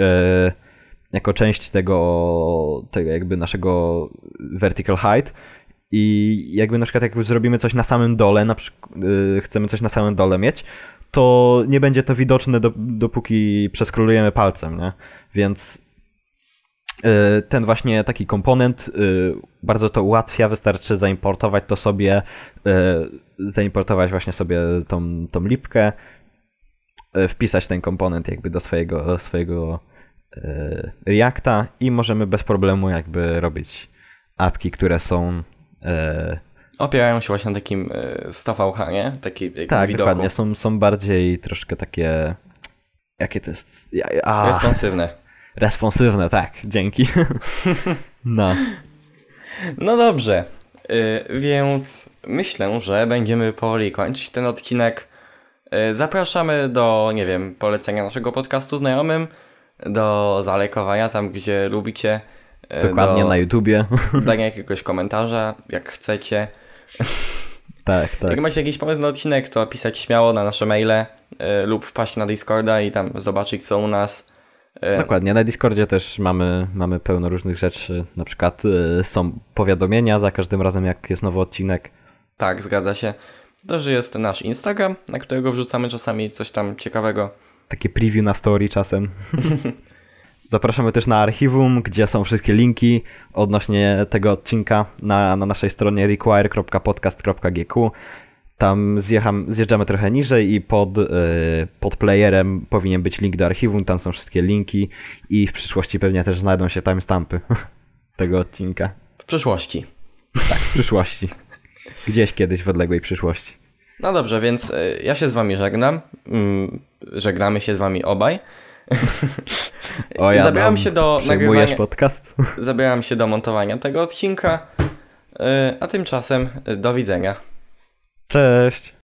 S2: jako część tego, tego jakby naszego vertical height. I jakby na przykład jak zrobimy coś na samym dole, na przykład yy, chcemy coś na samym dole mieć, to nie będzie to widoczne do, dopóki przeskrolujemy palcem, nie? Więc yy, ten właśnie taki komponent yy, bardzo to ułatwia, wystarczy zaimportować to sobie, yy, zaimportować właśnie sobie tą, tą lipkę e, wpisać ten komponent jakby do swojego, swojego e, Reacta i możemy bez problemu jakby robić apki, które są... E,
S3: Opierają się właśnie na takim e, sto V H, nie? Taki jakby
S2: tak,
S3: widoku.
S2: dokładnie. Są, są bardziej troszkę takie... Jakie to jest... A,
S3: Responsywne.
S2: Responsywne, tak. Dzięki. No.
S3: No dobrze. Y, więc myślę, że będziemy powoli kończyć ten odcinek. Y, zapraszamy do, nie wiem, polecenia naszego podcastu znajomym, do zalajkowania tam, gdzie lubicie. Y,
S2: Dokładnie,
S3: do
S2: na YouTubie.
S3: dania jakiegoś komentarza, jak chcecie.
S2: Tak, tak.
S3: Jak macie jakiś pomysł na odcinek, to pisać śmiało na nasze maile y, lub wpaść na Discorda i tam zobaczyć, co u nas. Y,
S2: Dokładnie, na Discordzie też mamy, mamy pełno różnych rzeczy. Na przykład y, są powiadomienia za każdym razem, jak jest nowy odcinek.
S3: Tak, zgadza się. To, że jest nasz Instagram, na którego wrzucamy czasami coś tam ciekawego.
S2: Takie preview na story czasem. Zapraszamy też na archiwum, gdzie są wszystkie linki odnośnie tego odcinka na, na naszej stronie require kropka podcast kropka g q. Tam zjecham, zjeżdżamy trochę niżej i pod, yy, pod playerem powinien być link do archiwum, tam są wszystkie linki i w przyszłości pewnie też znajdą się timestampy tego odcinka.
S3: W przyszłości.
S2: Tak, w przyszłości. Gdzieś kiedyś w odległej przyszłości.
S3: No dobrze, więc y, ja się z wami żegnam. Mm, żegnamy się z wami obaj.
S2: O, ja
S3: Zabieram się do
S2: przejmujesz
S3: nagrywania,
S2: podcast?
S3: zabieram się do montowania tego odcinka, y, a tymczasem y, do widzenia.
S2: Cześć!